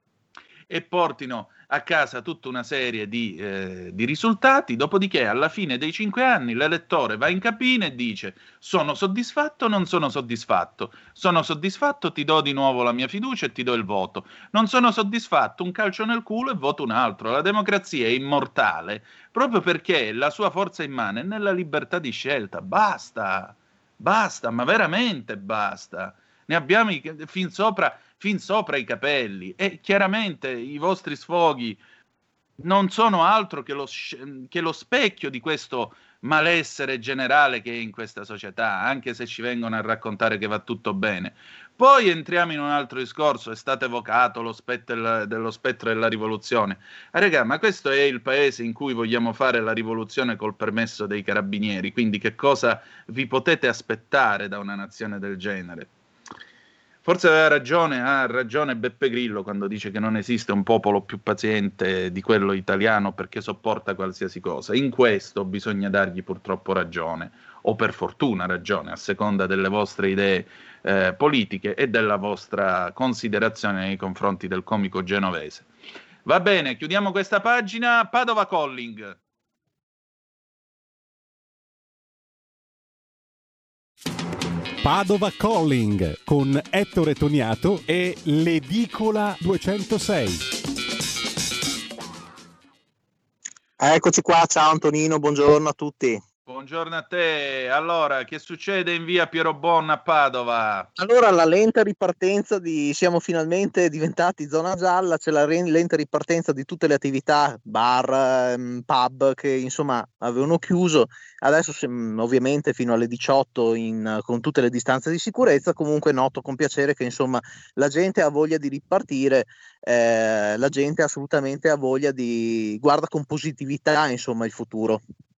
e portino a casa tutta una serie di, eh, di risultati, dopodiché alla fine dei cinque anni l'elettore va in cabina e dice sono soddisfatto o non sono soddisfatto, sono soddisfatto, ti do di nuovo la mia fiducia e ti do il voto, non sono soddisfatto, un calcio nel culo e voto un altro. La democrazia è immortale proprio perché la sua forza immane è nella libertà di scelta. Basta, basta, ma veramente basta, ne abbiamo i, fin sopra fin sopra i capelli e chiaramente i vostri sfoghi non sono altro che lo, che lo specchio di questo malessere generale che è in questa società, anche se ci vengono a raccontare che va tutto bene. Poi entriamo in un altro discorso, è stato evocato lo spettro dello spettro della rivoluzione. Ah, raga, ma questo è il paese in cui vogliamo fare la rivoluzione col permesso dei carabinieri, quindi che cosa vi potete aspettare da una nazione del genere? Forse aveva ragione, ha ragione Beppe Grillo quando dice che non esiste un popolo più paziente di quello italiano perché sopporta qualsiasi cosa. In questo bisogna dargli purtroppo ragione, o per fortuna ragione, a seconda delle vostre idee eh, politiche e della vostra considerazione nei confronti del comico genovese. Va bene, chiudiamo questa pagina. Padova Calling. Padova Calling con Ettore Toniato e l'Edicola duecentosei. Eccoci qua, ciao Antonino, buongiorno a tutti. Buongiorno a te. Allora, che succede in via Piero Bon a Padova? Allora, la lenta ripartenza di siamo finalmente diventati zona gialla, c'è la re- lenta ripartenza di tutte le attività, bar, ehm, pub che insomma avevano chiuso. Adesso se, ovviamente fino alle diciotto in, con tutte le distanze di sicurezza, comunque noto con piacere che insomma la gente ha voglia di ripartire, eh, la gente assolutamente ha voglia di guarda con positività insomma il futuro.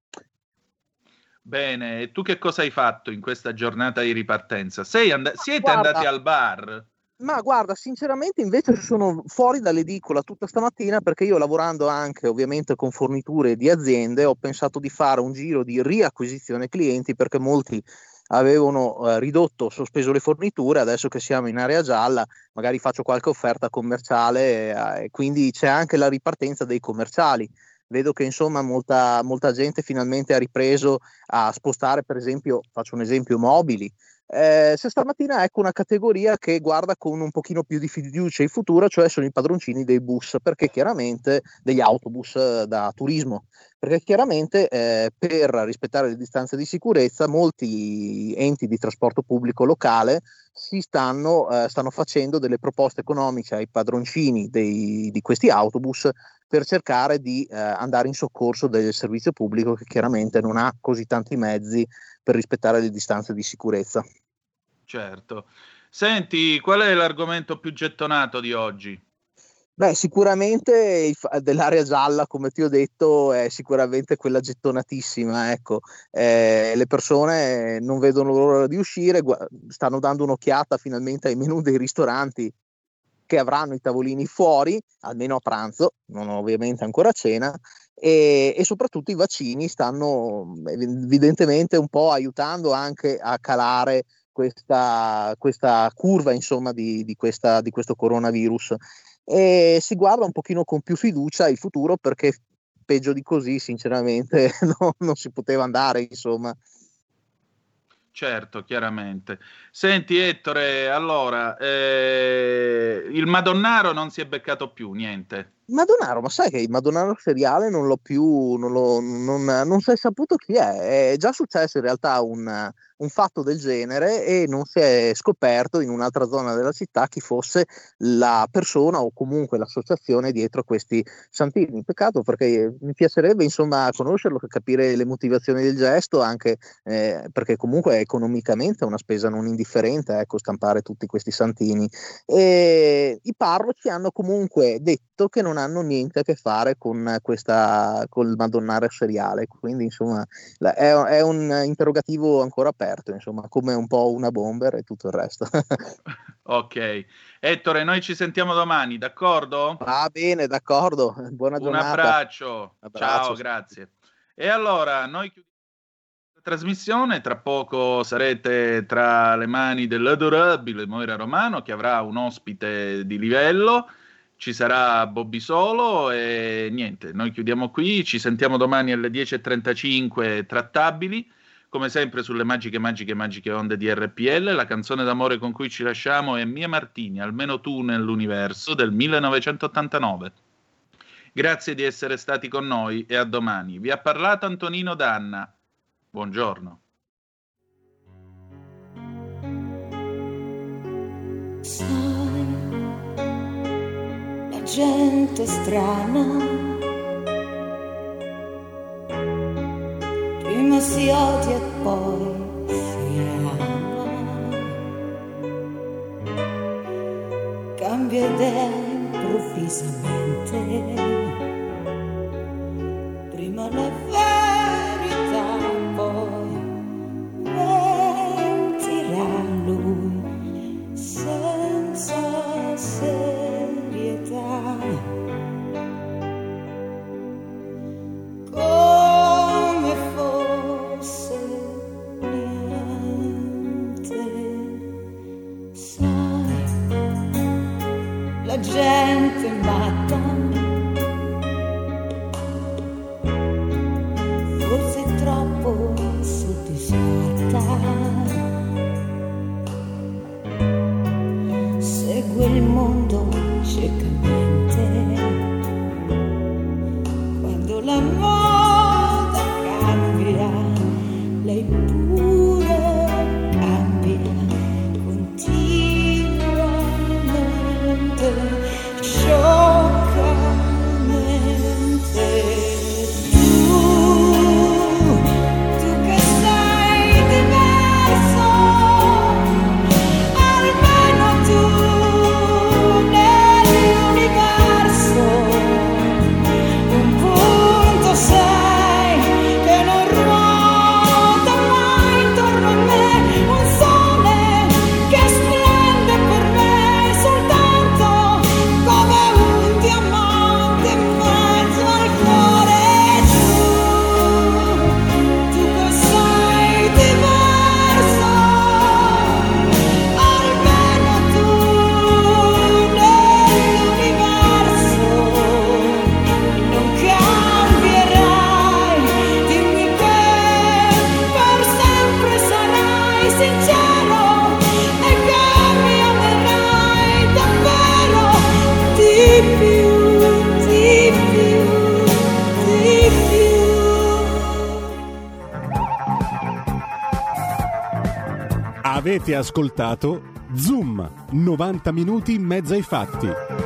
Bene, e tu che cosa hai fatto in questa giornata di ripartenza? Sei and- siete guarda, andati al bar? Ma guarda, sinceramente invece sono fuori dall'edicola tutta stamattina perché io lavorando anche ovviamente con forniture di aziende ho pensato di fare un giro di riacquisizione clienti perché molti avevano eh, ridotto, sospeso le forniture, adesso che siamo in area gialla magari faccio qualche offerta commerciale e eh, quindi c'è anche la ripartenza dei commerciali. Vedo che insomma molta, molta gente finalmente ha ripreso a spostare, per esempio, faccio un esempio, mobili. Eh, se stamattina ecco una categoria che guarda con un pochino più di fiducia il futuro, cioè sono i padroncini dei bus, perché chiaramente degli autobus eh, da turismo, perché chiaramente eh, per rispettare le distanze di sicurezza molti enti di trasporto pubblico locale si stanno, eh, stanno facendo delle proposte economiche ai padroncini dei, di questi autobus per cercare di eh, andare in soccorso del servizio pubblico che chiaramente non ha così tanti mezzi per rispettare le distanze di sicurezza. Certo. Senti, qual è l'argomento più gettonato di oggi? Beh, sicuramente il, dell'area gialla, come ti ho detto, è sicuramente quella gettonatissima, ecco. Eh, le persone non vedono l'ora di uscire, gu- stanno dando un'occhiata finalmente ai menù dei ristoranti che avranno i tavolini fuori, almeno a pranzo, non ovviamente ancora a cena, e, e soprattutto i vaccini stanno evidentemente un po' aiutando anche a calare questa, questa curva insomma di, di, questa, di questo coronavirus, e si guarda un pochino con più fiducia il futuro perché peggio di così sinceramente no, non si poteva andare insomma. Certo, chiaramente. Senti Ettore, allora, eh, il Madonnaro non si è beccato più, niente. Madonnaro, ma sai che il Madonnaro seriale non l'ho più, non, l'ho, non, non si è saputo chi è, è già successo in realtà un, un fatto del genere e non si è scoperto in un'altra zona della città chi fosse la persona o comunque l'associazione dietro questi santini. Peccato, perché mi piacerebbe insomma conoscerlo, capire le motivazioni del gesto, anche eh, perché comunque economicamente è una spesa non indifferente, ecco, stampare tutti questi santini. E i parroci hanno comunque detto che non hanno niente a che fare con questa col Madonnaro seriale, quindi insomma è, è un interrogativo ancora aperto, insomma, come un po' una bomber e tutto il resto. Ok, Ettore, noi ci sentiamo domani, d'accordo? Va bene, d'accordo, buona giornata. Un abbraccio, abbraccio. Ciao, grazie. E allora, noi chiudiamo la trasmissione, tra poco sarete tra le mani dell'adorabile Moira Romano, che avrà un ospite di livello. Ci sarà Bobby Solo e niente, noi chiudiamo qui, ci sentiamo domani alle dieci e trentacinque trattabili, come sempre sulle magiche, magiche, magiche onde di R P L. La canzone d'amore con cui ci lasciamo è Mia Martini, Almeno tu nell'universo, del millenovecentottantanove. Grazie di essere stati con noi e a domani. Vi ha parlato Antonino Danna. Buongiorno. Gente strana, prima si odia e poi si ama, cambia idea improvvisamente, prima la verità, poi mentirà lui senza serietà. Come fosse niente, sai, la gente matta, forse è troppo soddisfatta, segue il mondo ciecamente, quando la moda cambia, lei pure cambia continuamente, scioccamente. Tu, tu che sei diverso, almeno tu nell'universo, un punto sei che non ruota mai intorno a me, un sole che splende per me soltanto come un diamante in mezzo al cuore. Tu, tu che sei diverso, almeno tu nell'universo non cambierai, dimmi che per sempre sarai sincero e che mi amerai davvero di più, di più, di più. Avete ascoltato Zoom, novanta minuti in mezzo ai fatti.